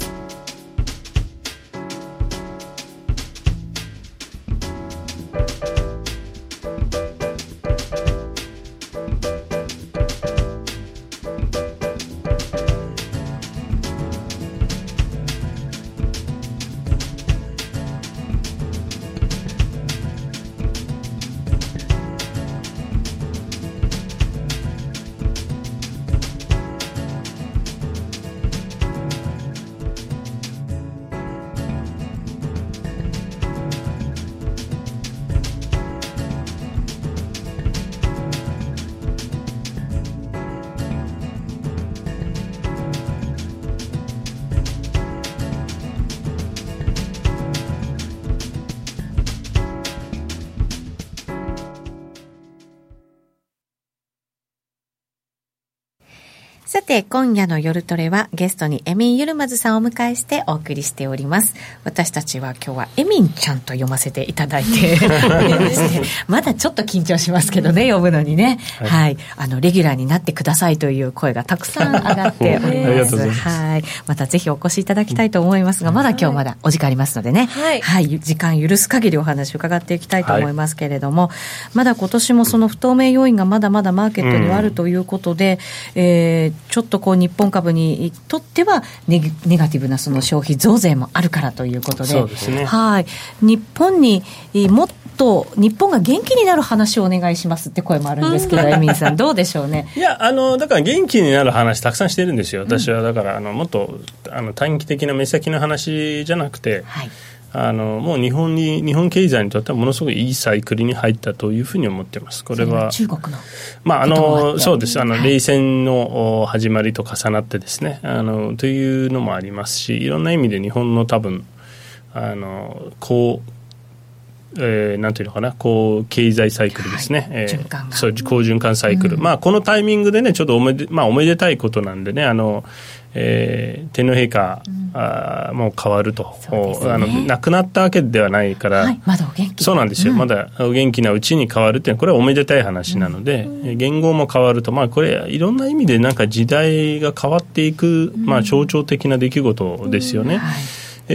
さて今夜の夜トレはゲストにエミン・ユルマズさんをお迎えしてお送りしております。私たちは今日はエミンちゃんと読ませていただいてまだちょっと緊張しますけどね、読むのにね、はい、レギュラーになってくださいという声がたくさん上がっております。 ありがとうございます。 はい、またぜひお越しいただきたいと思いますが、まだ今日まだお時間ありますのでね、はいはい、時間許す限りお話を伺っていきたいと思いますけれども、はい、まだ今年もその不透明要因がまだまだマーケットにはあるということで、ちょっとこう日本株にとってはネガティブなその消費増税もあるからということで、 そうですね、 はい、日本にもっと日本が元気になる話をお願いしますって声もあるんですけど、エミンさんどうでしょうね。 いやだから元気になる話たくさんしてるんですよ、私は。だからもっと短期的な目先の話じゃなくて、はい、もう日本経済にとってはものすごいいいサイクルに入ったというふうに思っています。これは中国のそうです、冷戦の始まりと重なってですね、というのもありますし、いろんな意味で日本の多分なんていうのかな、経済サイクルですね、はい、そう好循環サイクル、このタイミングでねちょっとおめでたいことなんでね、天皇陛下、もう変わると、亡くなったわけではないから、はい、 まだお元気、 そうなんですよ、まだお元気なうちに変わるっていうのはこれはおめでたい話なので、元号も変わると、これいろんな意味でなんか時代が変わっていく、象徴的な出来事ですよね。はい、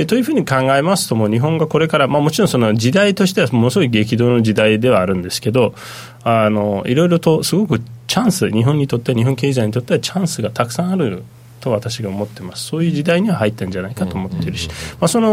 というふうに考えますと、もう日本がこれから、もちろんその時代としてはものすごい激動の時代ではあるんですけど、いろいろとすごくチャンス、日本にとっては、日本経済にとってはチャンスがたくさんあると私が思ってます。そういう時代には入ったんじゃないかと思っているし、その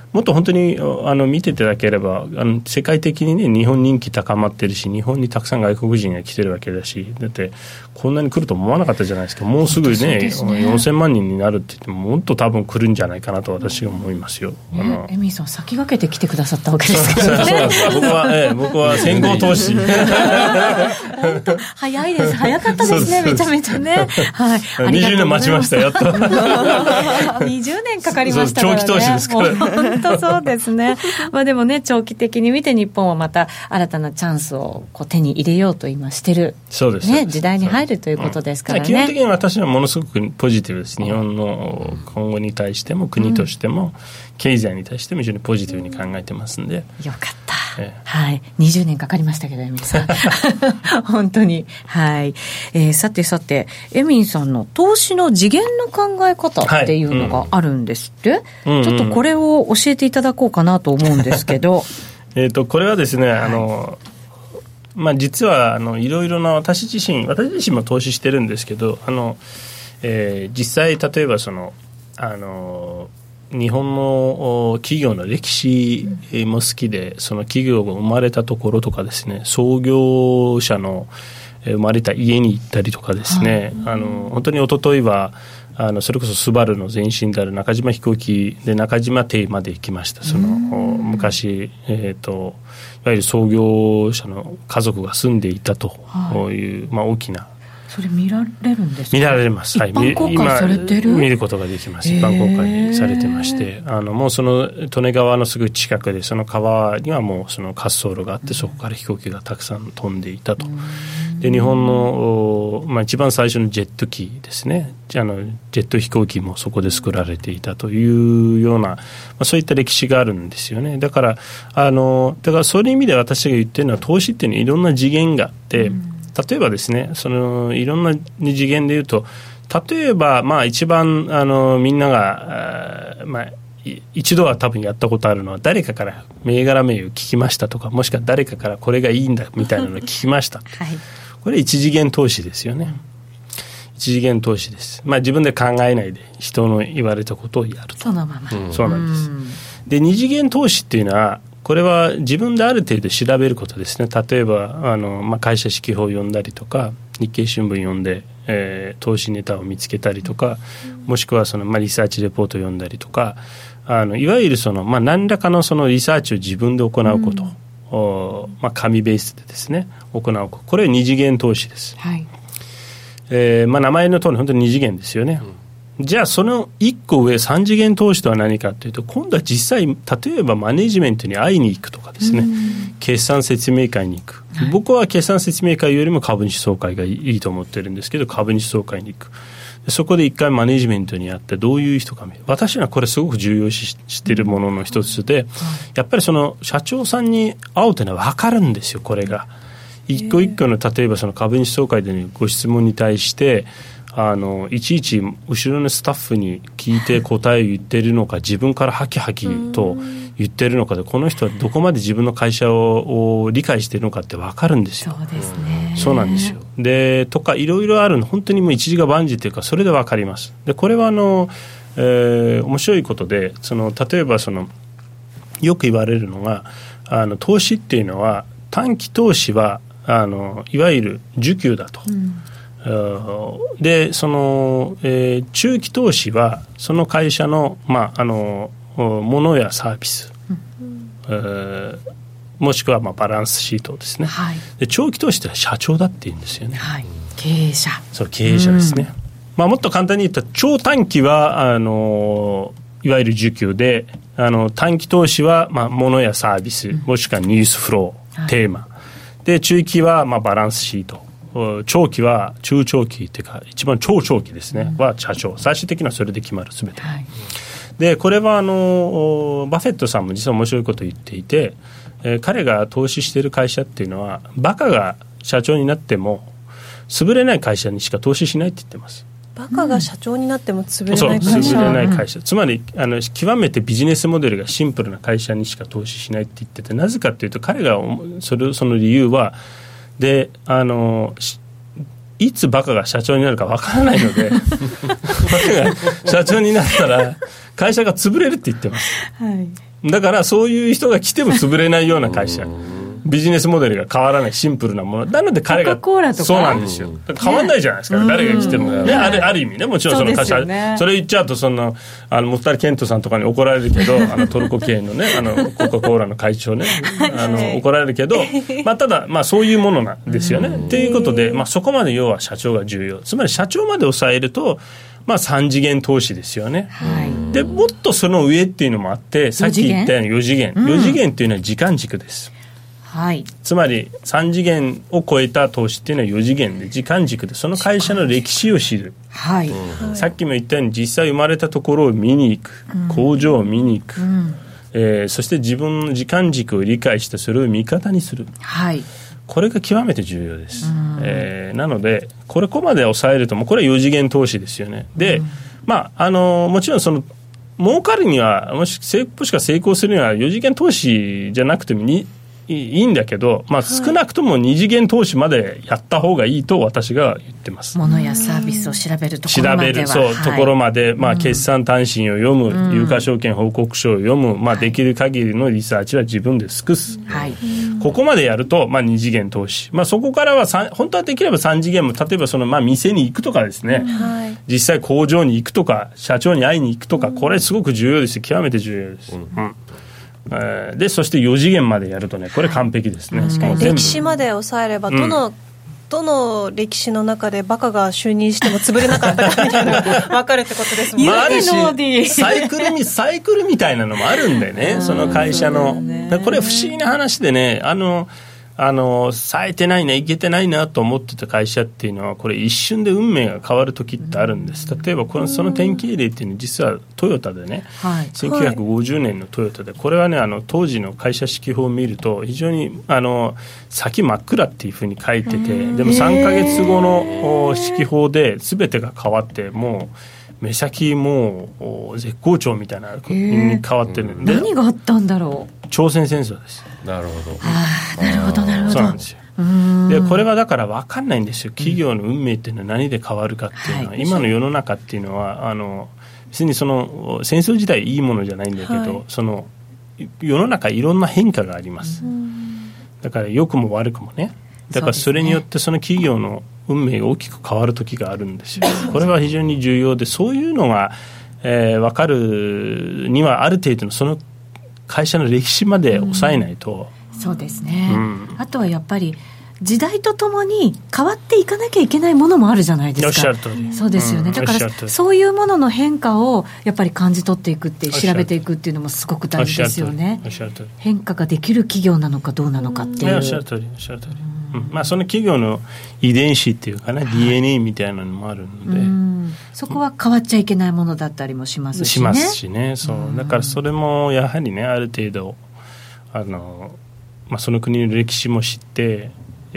もっと本当に見ていただければ世界的にね日本人気高まってるし日本にたくさん外国人が来てるわけだしだってこんなに来ると思わなかったじゃないですか。もうすぐね4000万人になるって言ってもっと多分来るんじゃないかなと私は思いますよ。 エミーさん先駆けて来てくださったわけですからね。 そうです僕は先行投資本当早いです。早かったですね。めちゃめちゃね、はい、 20年待ちましたやっと 20年かかりましたからね。 長期投資ですから本当そうですねまあでもね長期的に見て日本はまた新たなチャンスをこう手に入れようと今してるそうです、 ね、時代に入るということですからね。 基本的に私はものすごくポジティブです。日本の今後に対しても国としても、経済に対しても非常にポジティブに考えてますんで、 よかった、はい、20年かかりましたけどエミンさん本当に、はい。さてエミンさんの投資の次元の考え方っていうのがあるんですって、ちょっとこれを教えていただこうかなと思うんですけどこれはですね、まあ、実はいろいろな私自身も投資してるんですけど実際例えば日本の企業の歴史も好きでその企業が生まれたところとかですね創業者の生まれた家に行ったりとかですね、本当に一昨日はそれこそスバルの前身である中島飛行機で中島邸まで行きました。その昔、いわゆる創業者の家族が住んでいたという、まあ、大きなそれ見られるんですか？ 見られます。 一般公開されてる？ 見ることができます。一般公開されてましてもうその利根川のすぐ近くでその川にはもうその滑走路があってそこから飛行機がたくさん飛んでいたと。で日本の、まあ、一番最初のジェット機ですねジェット飛行機もそこで作られていたというような、まあ、そういった歴史があるんですよね。だからそういう意味で私が言ってるのは投資っていうのはいろんな次元があって、例えばですねいろんな次元で言うと例えばまあ一番みんながまあ一度は多分やったことあるのは誰かから銘柄名を聞きましたとかもしくは誰かからこれがいいんだみたいなのを聞きました、はい、これ一次元投資ですよね。一次元投資です、まあ、自分で考えないで人の言われたことをやるとそのまま、 そうなんです。で二次元投資っていうのはこれは自分である程度調べることですね。例えばまあ、会社指揮法を読んだりとか日経新聞読んで、投資ネタを見つけたりとかもしくはまあ、リサーチレポートを読んだりとかいわゆるまあ、何らかのリサーチを自分で行うこと、まあ、紙ベースでですね行うこれは二次元投資です、はいまあ、名前の通り本当に二次元ですよね、じゃあその1個上3次元投資とは何かというと今度は実際例えばマネジメントに会いに行くとかですね、決算説明会に行く、はい、僕は決算説明会よりも株主総会がいいと思ってるんですけど株主総会に行く。そこで一回マネジメントにあってどういう人か私はこれすごく重要視しているものの一つで、やっぱり社長さんに会うというのは分かるんですよ。これが一個一個の例えば株主総会でのご質問に対していちいち後ろのスタッフに聞いて答えを言っているのか自分からハキハキと言っているのかでこの人はどこまで自分の会社を理解しているのかって分かるんですよ。 そうですね。 そうなんですよ。でとかいろいろあるの本当にもう一時が万事というかそれで分かります。でこれは面白いことで例えばよく言われるのが投資っていうのは短期投資はいわゆる需給だと、で中期投資はその会社の、まあ、ものやサービス、もしくはまあバランスシートですね、はい、で長期投資って社長だって言うんですよね、 はい、経営者。 そう経営者ですね、まあ、もっと簡単に言ったら超短期はいわゆる需給で短期投資はまあものやサービス、もしくはニュースフロー、テーマで中期はまあバランスシート、長期は中長期っていうか一番超長期ですね、は社長。最終的にはそれで決まる全て、はい、でこれはバフェットさんも実は面白いことを言っていて、彼が投資している会社っていうのはバカが社長になっても潰れない会社にしか投資しないって言ってます。 バカが社長になっても潰れない会社、 潰れない会社、つまり極めてビジネスモデルがシンプルな会社にしか投資しないって言ってて、なぜかというと彼がその理由はでいつバカが社長になるか分からないのでバカが社長になったら会社が潰れるって言ってます、はい、 だからそういう人が来ても潰れないような会社ビジネスモデルが変わらないシンプルなものなので彼がコカ・コーラとかそうなんですよ変わんないじゃないですか、誰が来ても、ね、ある意味ねもちろんその会社 それ言っちゃうとモフタル・ケントさんとかに怒られるけどトルコ系のねコカ・コーラの会長ね怒られるけど、ただ、そういうものなんですよねっていうことで、そこまで要は社長が重要つまり社長まで抑えると3次元投資ですよね、でもっとその上っていうのもあってさっき言ったように4次元4次元っていうのは時間軸です、つまり3次元を超えた投資っていうのは4次元で時間軸でその会社の歴史を知る、さっきも言ったように実際生まれたところを見に行く、工場を見に行く、そして自分の時間軸を理解してそれを味方にする、これが極めて重要です、なのでここまで抑えるともうこれは4次元投資ですよね。で、もちろんその儲かるにはもしくは成功するには4次元投資じゃなくてもいいんだけど、少なくとも2次元投資までやった方がいいと私が言ってます。 物やサービスを調べるところまではところまで、決算単身を読む、有価証券報告書を読む、できる限りのリサーチは自分で尽くす、ここまでやると、2次元投資、そこからは本当はできれば3次元も例えば店に行くとかですね、実際工場に行くとか社長に会いに行くとか、これすごく重要です。極めて重要です、でそして4次元までやるとねこれ完璧ですね、 歴史まで抑えればどの歴史の中でバカが就任しても潰れなかったかみたいなのが分かるってことですもんね。 あるしサイクルみたいなのもあるんでねその会社のこれ不思議な話でね冴えてないな、いけてないなと思ってた会社っていうのはこれ一瞬で運命が変わる時ってあるんです。例えばその典型例っていうのは実はトヨタでね、1950年のトヨタでこれはね当時の会社指揮法を見ると非常に先真っ暗っていうふうに書いてて、でも3ヶ月後の指揮法で全てが変わってもう目先もう絶好調みたいなに変わってるんで、 何があったんだろう。 朝鮮戦争です。 なるほどなるほどそうなんですよ。でこれはだから分かんないんですよ。企業の運命っていうのは何で変わるかっていうのは、今の世の中っていうのは別にその戦争自体いいものじゃないんだけど、その世の中いろんな変化があります。だから良くも悪くもね、だからそれによってその企業の運命が大きく変わる時があるんですよ。これは非常に重要で、そういうのが、分かるにはある程度のその会社の歴史まで抑えないと、 そうですね、あとはやっぱり時代とともに変わっていかなきゃいけないものもあるじゃないですか。 おっしゃる通り。 そうですよね、だからそういうものの変化をやっぱり感じ取っていくって調べていくっていうのもすごく大事ですよね。変化ができる企業なのかどうなのかっていう。 おっしゃる通りその企業の遺伝子っていうかね、DNA みたいなのもあるので、 そこは変わっちゃいけないものだったりもしますしね。 しますしね。そうだからそれもやはりねある程度その国の歴史も知って、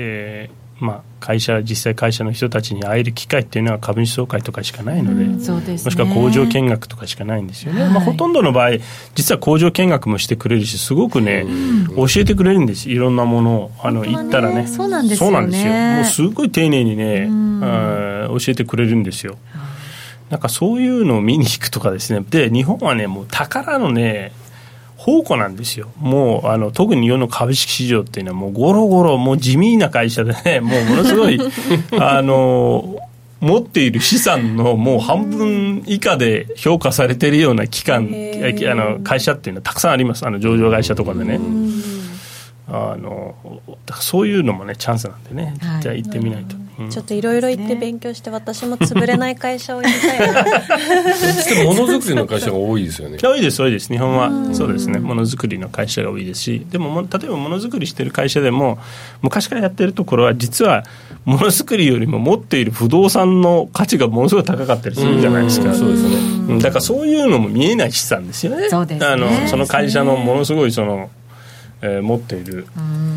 実際会社の人たちに会える機会っていうのは株主総会とかしかないので、 そうですね、 もしくは工場見学とかしかないんですよね。ほとんどの場合実は工場見学もしてくれるし、すごくね、教えてくれるんです。いろんなものを行ったらね。 そうなんですよね。 もうすごい丁寧にね、教えてくれるんですよ。なんかそういうのを見に行くとかですね。で日本はねもう宝のね宝庫なんですよ。もう特に日本の株式市場っていうのはもうゴロゴロもう地味な会社でね、もうものすごい持っている資産のもう半分以下で評価されているような機関会社っていうのはたくさんあります。上場会社とかでね。だからそういうのもねチャンスなんでね、じゃあ行ってみないと、 ちょっといろいろ行って勉強して私も潰れない会社をやりたいな。 でもものづくりの会社が多いですよね。 多いです日本は。そうですね、ものづくりの会社が多いですし、でも例えばものづくりしてる会社でも昔からやってるところは実はものづくりよりも持っている不動産の価値がものすごい高かったりするじゃないですか。 そうですね。 だからそういうのも見えない資産ですよね。 そうですね。 その会社のものすごい持っている、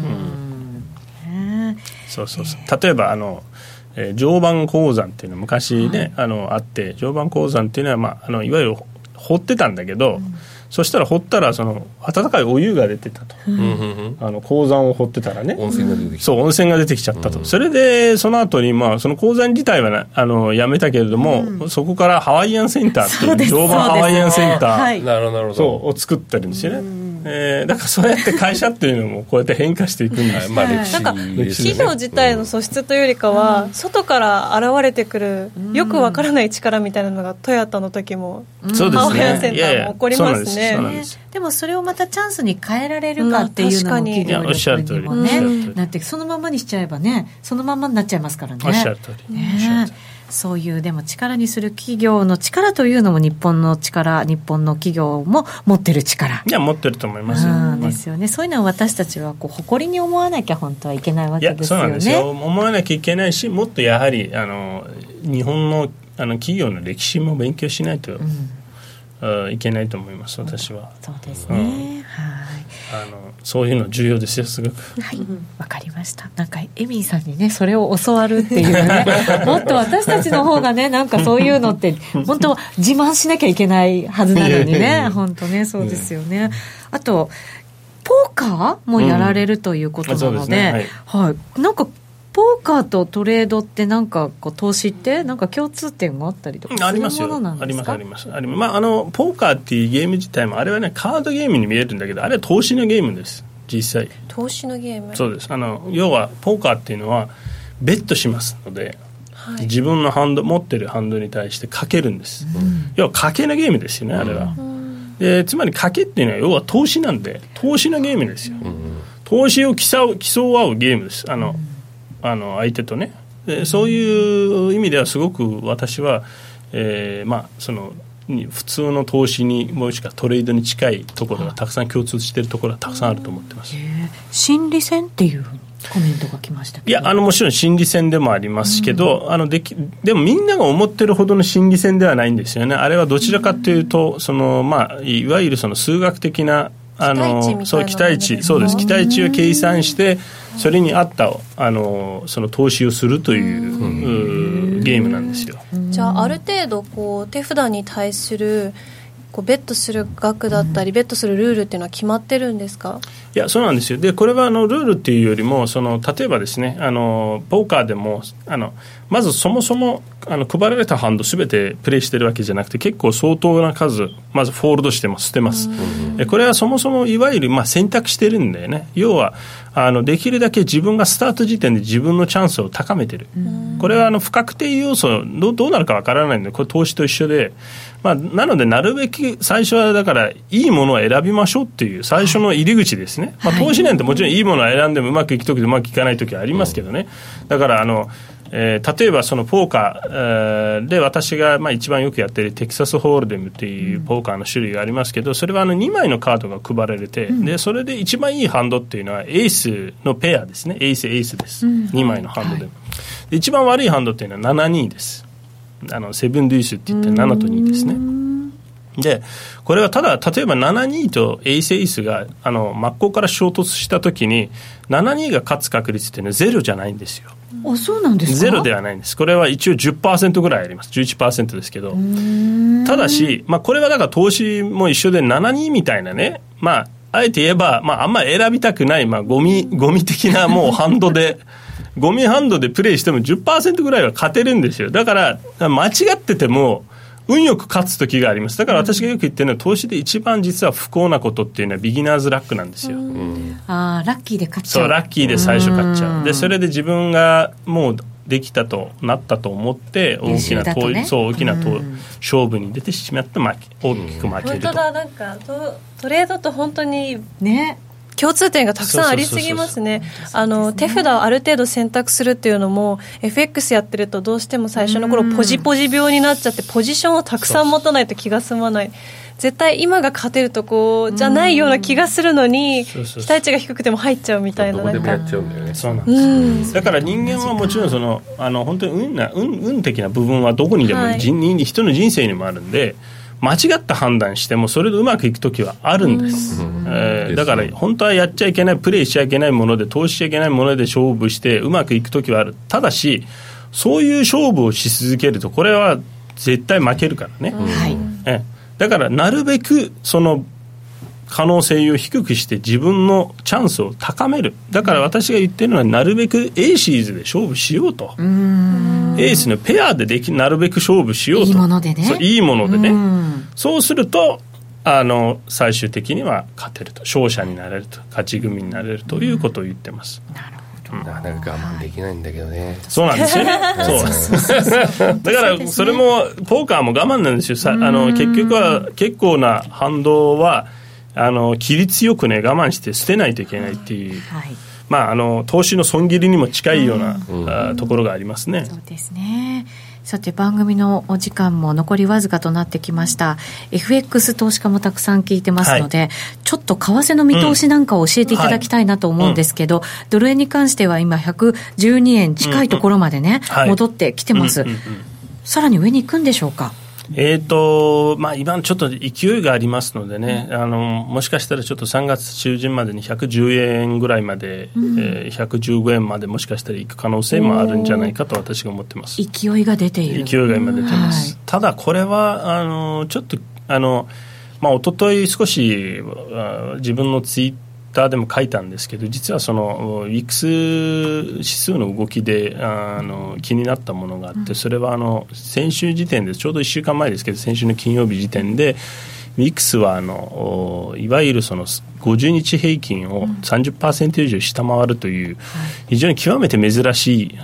例えば常磐鉱山っていうの昔ね、あって、常磐鉱山っていうのは、いわゆる掘ってたんだけど、 そしたら掘ったらその温かいお湯が出てたと、鉱山を掘ってたらね、 温泉が出てきた。 そう、温泉が出てきちゃったと、それでその後にまあその鉱山自体は、やめたけれども、そこからハワイアンセンターっていう常磐ハワイアンセンター、 なるほどそうを作ってるんですよね。だからそうやって会社っていうのもこうやって変化していくんです、 まあ、歴史なんか企業自体の素質というよりかは、外から現れてくるよくわからない力みたいなのがトヨタの時も、 そうですね、 ハワイアンセンターも起こりますね。 でもそれをまたチャンスに変えられるかっていうのも企業力にもね、なってそのままにしちゃえばね、そのままになっちゃいますからね。 おっしゃる通り、 そういうでも力にする企業の力というのも日本の力、日本の企業も持ってる力、 いや持ってると思いますよ、 ですよね。そういうのを私たちはこう誇りに思わなきゃ本当はいけないわけですよね。 いやそうなんですよ、思わなきゃいけないし、もっとやはり日本の企業の歴史も勉強しないと、いけないと思います、私は。 そうですね、 そういうの重要ですよ、すごく。 はい、わかりました。なんかエミーさんにねそれを教わるっていうねもっと私たちの方がね、なんかそういうのって本当は自慢しなきゃいけないはずなのにね本当ね、そうですよね。あとポーカーもやられるということなので、なんかポーカーとトレードってなんかこう投資ってなんか共通点があったりとかするものなんですか？ あります。ポーカーっていうゲーム自体もあれはねカードゲームに見えるんだけど、あれは投資のゲームです。実際投資のゲーム。 そうです。要はポーカーっていうのはベットしますので、自分の持ってるハンドに対してかけるんです、要は賭けのゲームですよね、あれは。でつまり賭けっていうのは要は投資なんで、投資のゲームですよ、投資を競い合うゲームです。相手とね。でそういう意味ではすごく私は、その普通の投資にもしくはトレードに近いところがたくさん共通しているところがたくさんあると思ってます。 心理戦っていうコメントが来ましたけど、 いやもちろん心理戦でもありますけど、でもみんなが思ってるほどの心理戦ではないんですよね。あれはどちらかというといわゆるその数学的な期待値、そうです、期待値を計算してそれに合ったその投資をするというゲームなんですよ。 じゃあある程度こう手札に対するこうベットする額だったり、ベットするルールっていうのは決まってるんですか？ いやそうなんですよ。でこれはルールっていうよりも例えばですね、ポーカーでもまずそもそも配られたハンドすべてプレイしてるわけじゃなくて、結構相当な数まずフォールドしても捨てます。これはそもそもいわゆる選択してるんだよね。要はできるだけ自分がスタート時点で自分のチャンスを高めてる。これは不確定要素どうなるかわからないので、これ投資と一緒で、なのでなるべく最初はだからいいものを選びましょうっていう最初の入り口ですね。投資なんてもちろんいいものを選んでもうまくいくときとうまくいかないときはありますけどね。だから例えばそのポーカーで私が一番よくやっているテキサスホールデムっていうポーカーの種類がありますけど、それは2枚のカードが配られて、でそれで一番いいハンドっていうのはエースのペアですね。エースです、2枚のハンドで、で一番悪いハンドっていうのは7-2です。セブンデュースって言って7と2ですね。でこれはただ例えば7-2とエースが真っ向から衝突したときに7-2が勝つ確率っていうのはゼロじゃないんですよ。 あ、そうなんですか？ ゼロではないんです。これは一応 10% ぐらいあります。 11% ですけど、ただし、これはだから投資も一緒で7-2みたいなね、あえて言えば、あんまり選びたくない、ゴミ的なもうハンドでゴミハンドでプレイしても 10% ぐらいは勝てるんですよ。だから間違ってても運よく勝つ時があります。だから私がよく言ってるのは、投資で一番実は不幸なことっていうのはビギナーズラックなんですよ。 ラッキーで勝っちゃう。 そう、ラッキーで最初勝っちゃう。でそれで自分がもうできたとなったと思って大きな、大きな勝負に出てしまって大きく負けると。 本当だ、なんかトレードと本当にね共通点がたくさんありすぎますね。手札をある程度選択するっていうのも FX やってるとどうしても最初の頃ポジ病になっちゃって、ポジションをたくさん持たないと気が済まない。絶対今が勝てるとこじゃないような気がするのに、期待値が低くても入っちゃうみたいな。 どこでもやっちゃうんだよね。 そうなんです、だから人間はもちろん本当に運的な部分はどこにでも、人の人生にもあるんで、間違った判断してもそれでうまくいくときはあるんです、だから本当はやっちゃいけない、プレイしちゃいけないもので、投資しちゃいけないもので勝負してうまくいくときはある。ただしそういう勝負をし続けるとこれは絶対負けるからね、だからなるべくその可能性を低くして自分のチャンスを高める。だから私が言ってるのはなるべくエーシーズで勝負しようと。エースのペアでなるべく勝負しようと。 いいものでね。 そういいものでね。そうすると最終的には勝てると、勝者になれると、勝ち組になれるということを言ってます。 なるほど。 なかなか我慢できないんだけどね。 そうなんですよね。そうだからそれもポーカーも我慢なんですよ。結局は結構な反動は規律よくね我慢して捨てないといけないっていう、投資の損切りにも近いような、ところがありますね。 そうですね。さて番組のお時間も残りわずかとなってきました。 FX 投資家もたくさん聞いてますので、ちょっと為替の見通しなんかを教えていただきたいなと思うんですけど、ドル円に関しては今112円近いところまでね、戻ってきてます。さらに上に行くんでしょうか。 今ちょっと勢いがありますのでね、もしかしたらちょっと3月中旬までに110円ぐらいまで、115円までもしかしたら行く可能性もあるんじゃないかと私が思ってます。 勢いが出ている。 勢いが今出てます、ただこれはちょっと一昨日少し自分のツイッターでも書いたんですけど、実はその WIX 指数の動きで気になったものがあって、それは先週時点でちょうど1週間前ですけど、先週の金曜日時点でWIX はいわゆるその50日平均を 30% 以上下回るという非常に極めて珍しい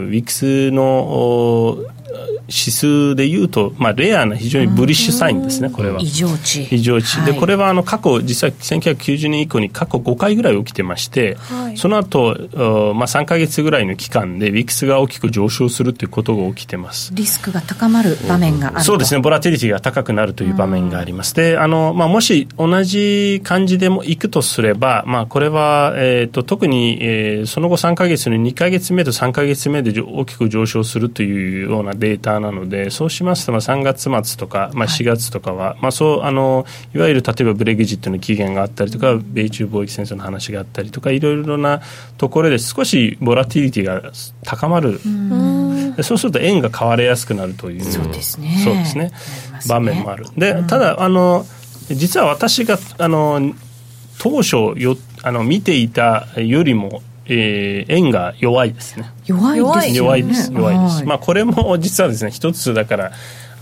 WIX の指数でいうと、レアな非常にブリッシュサインですね。これは異常値で、これは過去実は1990年以降に過去5回ぐらい起きてまして、その後、3ヶ月ぐらいの期間で WIX が大きく上昇するということが起きてます。 リスクが高まる場面があると。 そうですね、ボラティリティが高くなるという場面があります。でもし同じ感じでもいくとすれば、これは、特に、その後3ヶ月の2ヶ月目と3ヶ月目で大きく上昇するというようなデータなので、そうしますと3月末とか、4月とかは、いわゆる例えばブレグジットの期限があったりとか、米中貿易戦争の話があったりとか、いろいろなところで少しボラティリティが高まる。そうすると円が買われやすくなるという、 そうですね、 場面もある。で、ただ実は私が当初見ていたよりも円が弱いですね。 弱いです。 これも実はですね、一つだから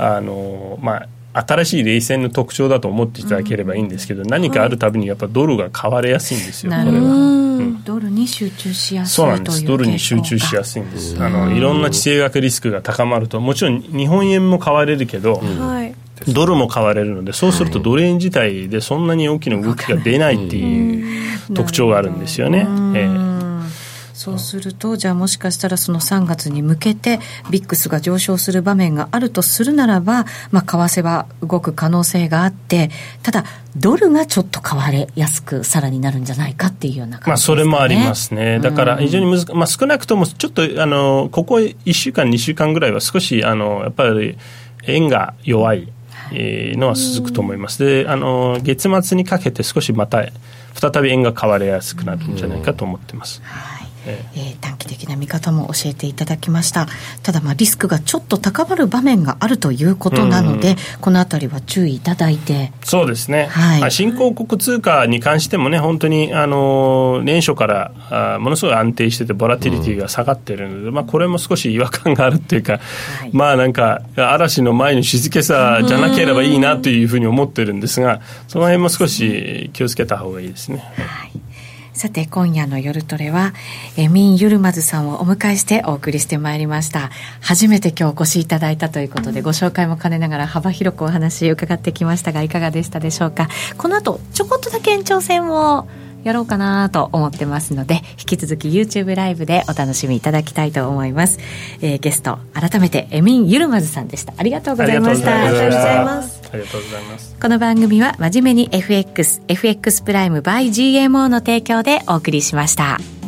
新しい冷戦の特徴だと思っていただければいいんですけど、何かあるたびにやっぱドルが買われやすいんですよ。これはドルに集中しやすいそうなんです。ドルに集中しやすいんです。いろんな地政学リスクが高まると、もちろん日本円も買われるけど、ドルも買われるので、そうするとドル円自体でそんなに大きな動きが出ないっていう特徴があるんですよね。 そうすると、じゃあもしかしたらその3月に向けてビックスが上昇する場面があるとするならば、為替は動く可能性があって、ただドルがちょっと買われやすくさらになるんじゃないかっていうような感じですかね。 それもありますね。だから非常に少なくともちょっとここ1週間2週間ぐらいは少しやっぱり円が弱いのは続くと思います。で、月末にかけて少しまた再び円が買われやすくなるんじゃないかと思ってます。 短期的な見方も教えていただきました。ただリスクがちょっと高まる場面があるということなので、このあたりは注意いただいて。 そうですね、新興国通貨に関してもね、本当に年初からものすごい安定しててボラティリティが下がっているので、これも少し違和感があるっていうか、なんか嵐の前の静けさじゃなければいいなというふうに思ってるんですが、その辺も少し気をつけた方がいいですね。 さて今夜の夜トレはミン・ユルマズさんをお迎えしてお送りしてまいりました。初めて今日お越しいただいたということで、ご紹介も兼ねながら幅広くお話伺ってきましたが、いかがでしたでしょうか。この後ちょこっとだけ延長戦をやろうかなと思ってますので、引き続き YouTube ライブでお楽しみいただきたいと思います。ゲスト改めてミン・ユルマズさんでした。ありがとうございました。 ありがとうございます。 ありがとうございます。 この番組は真面目に FX プライム by GMO の提供でお送りしました。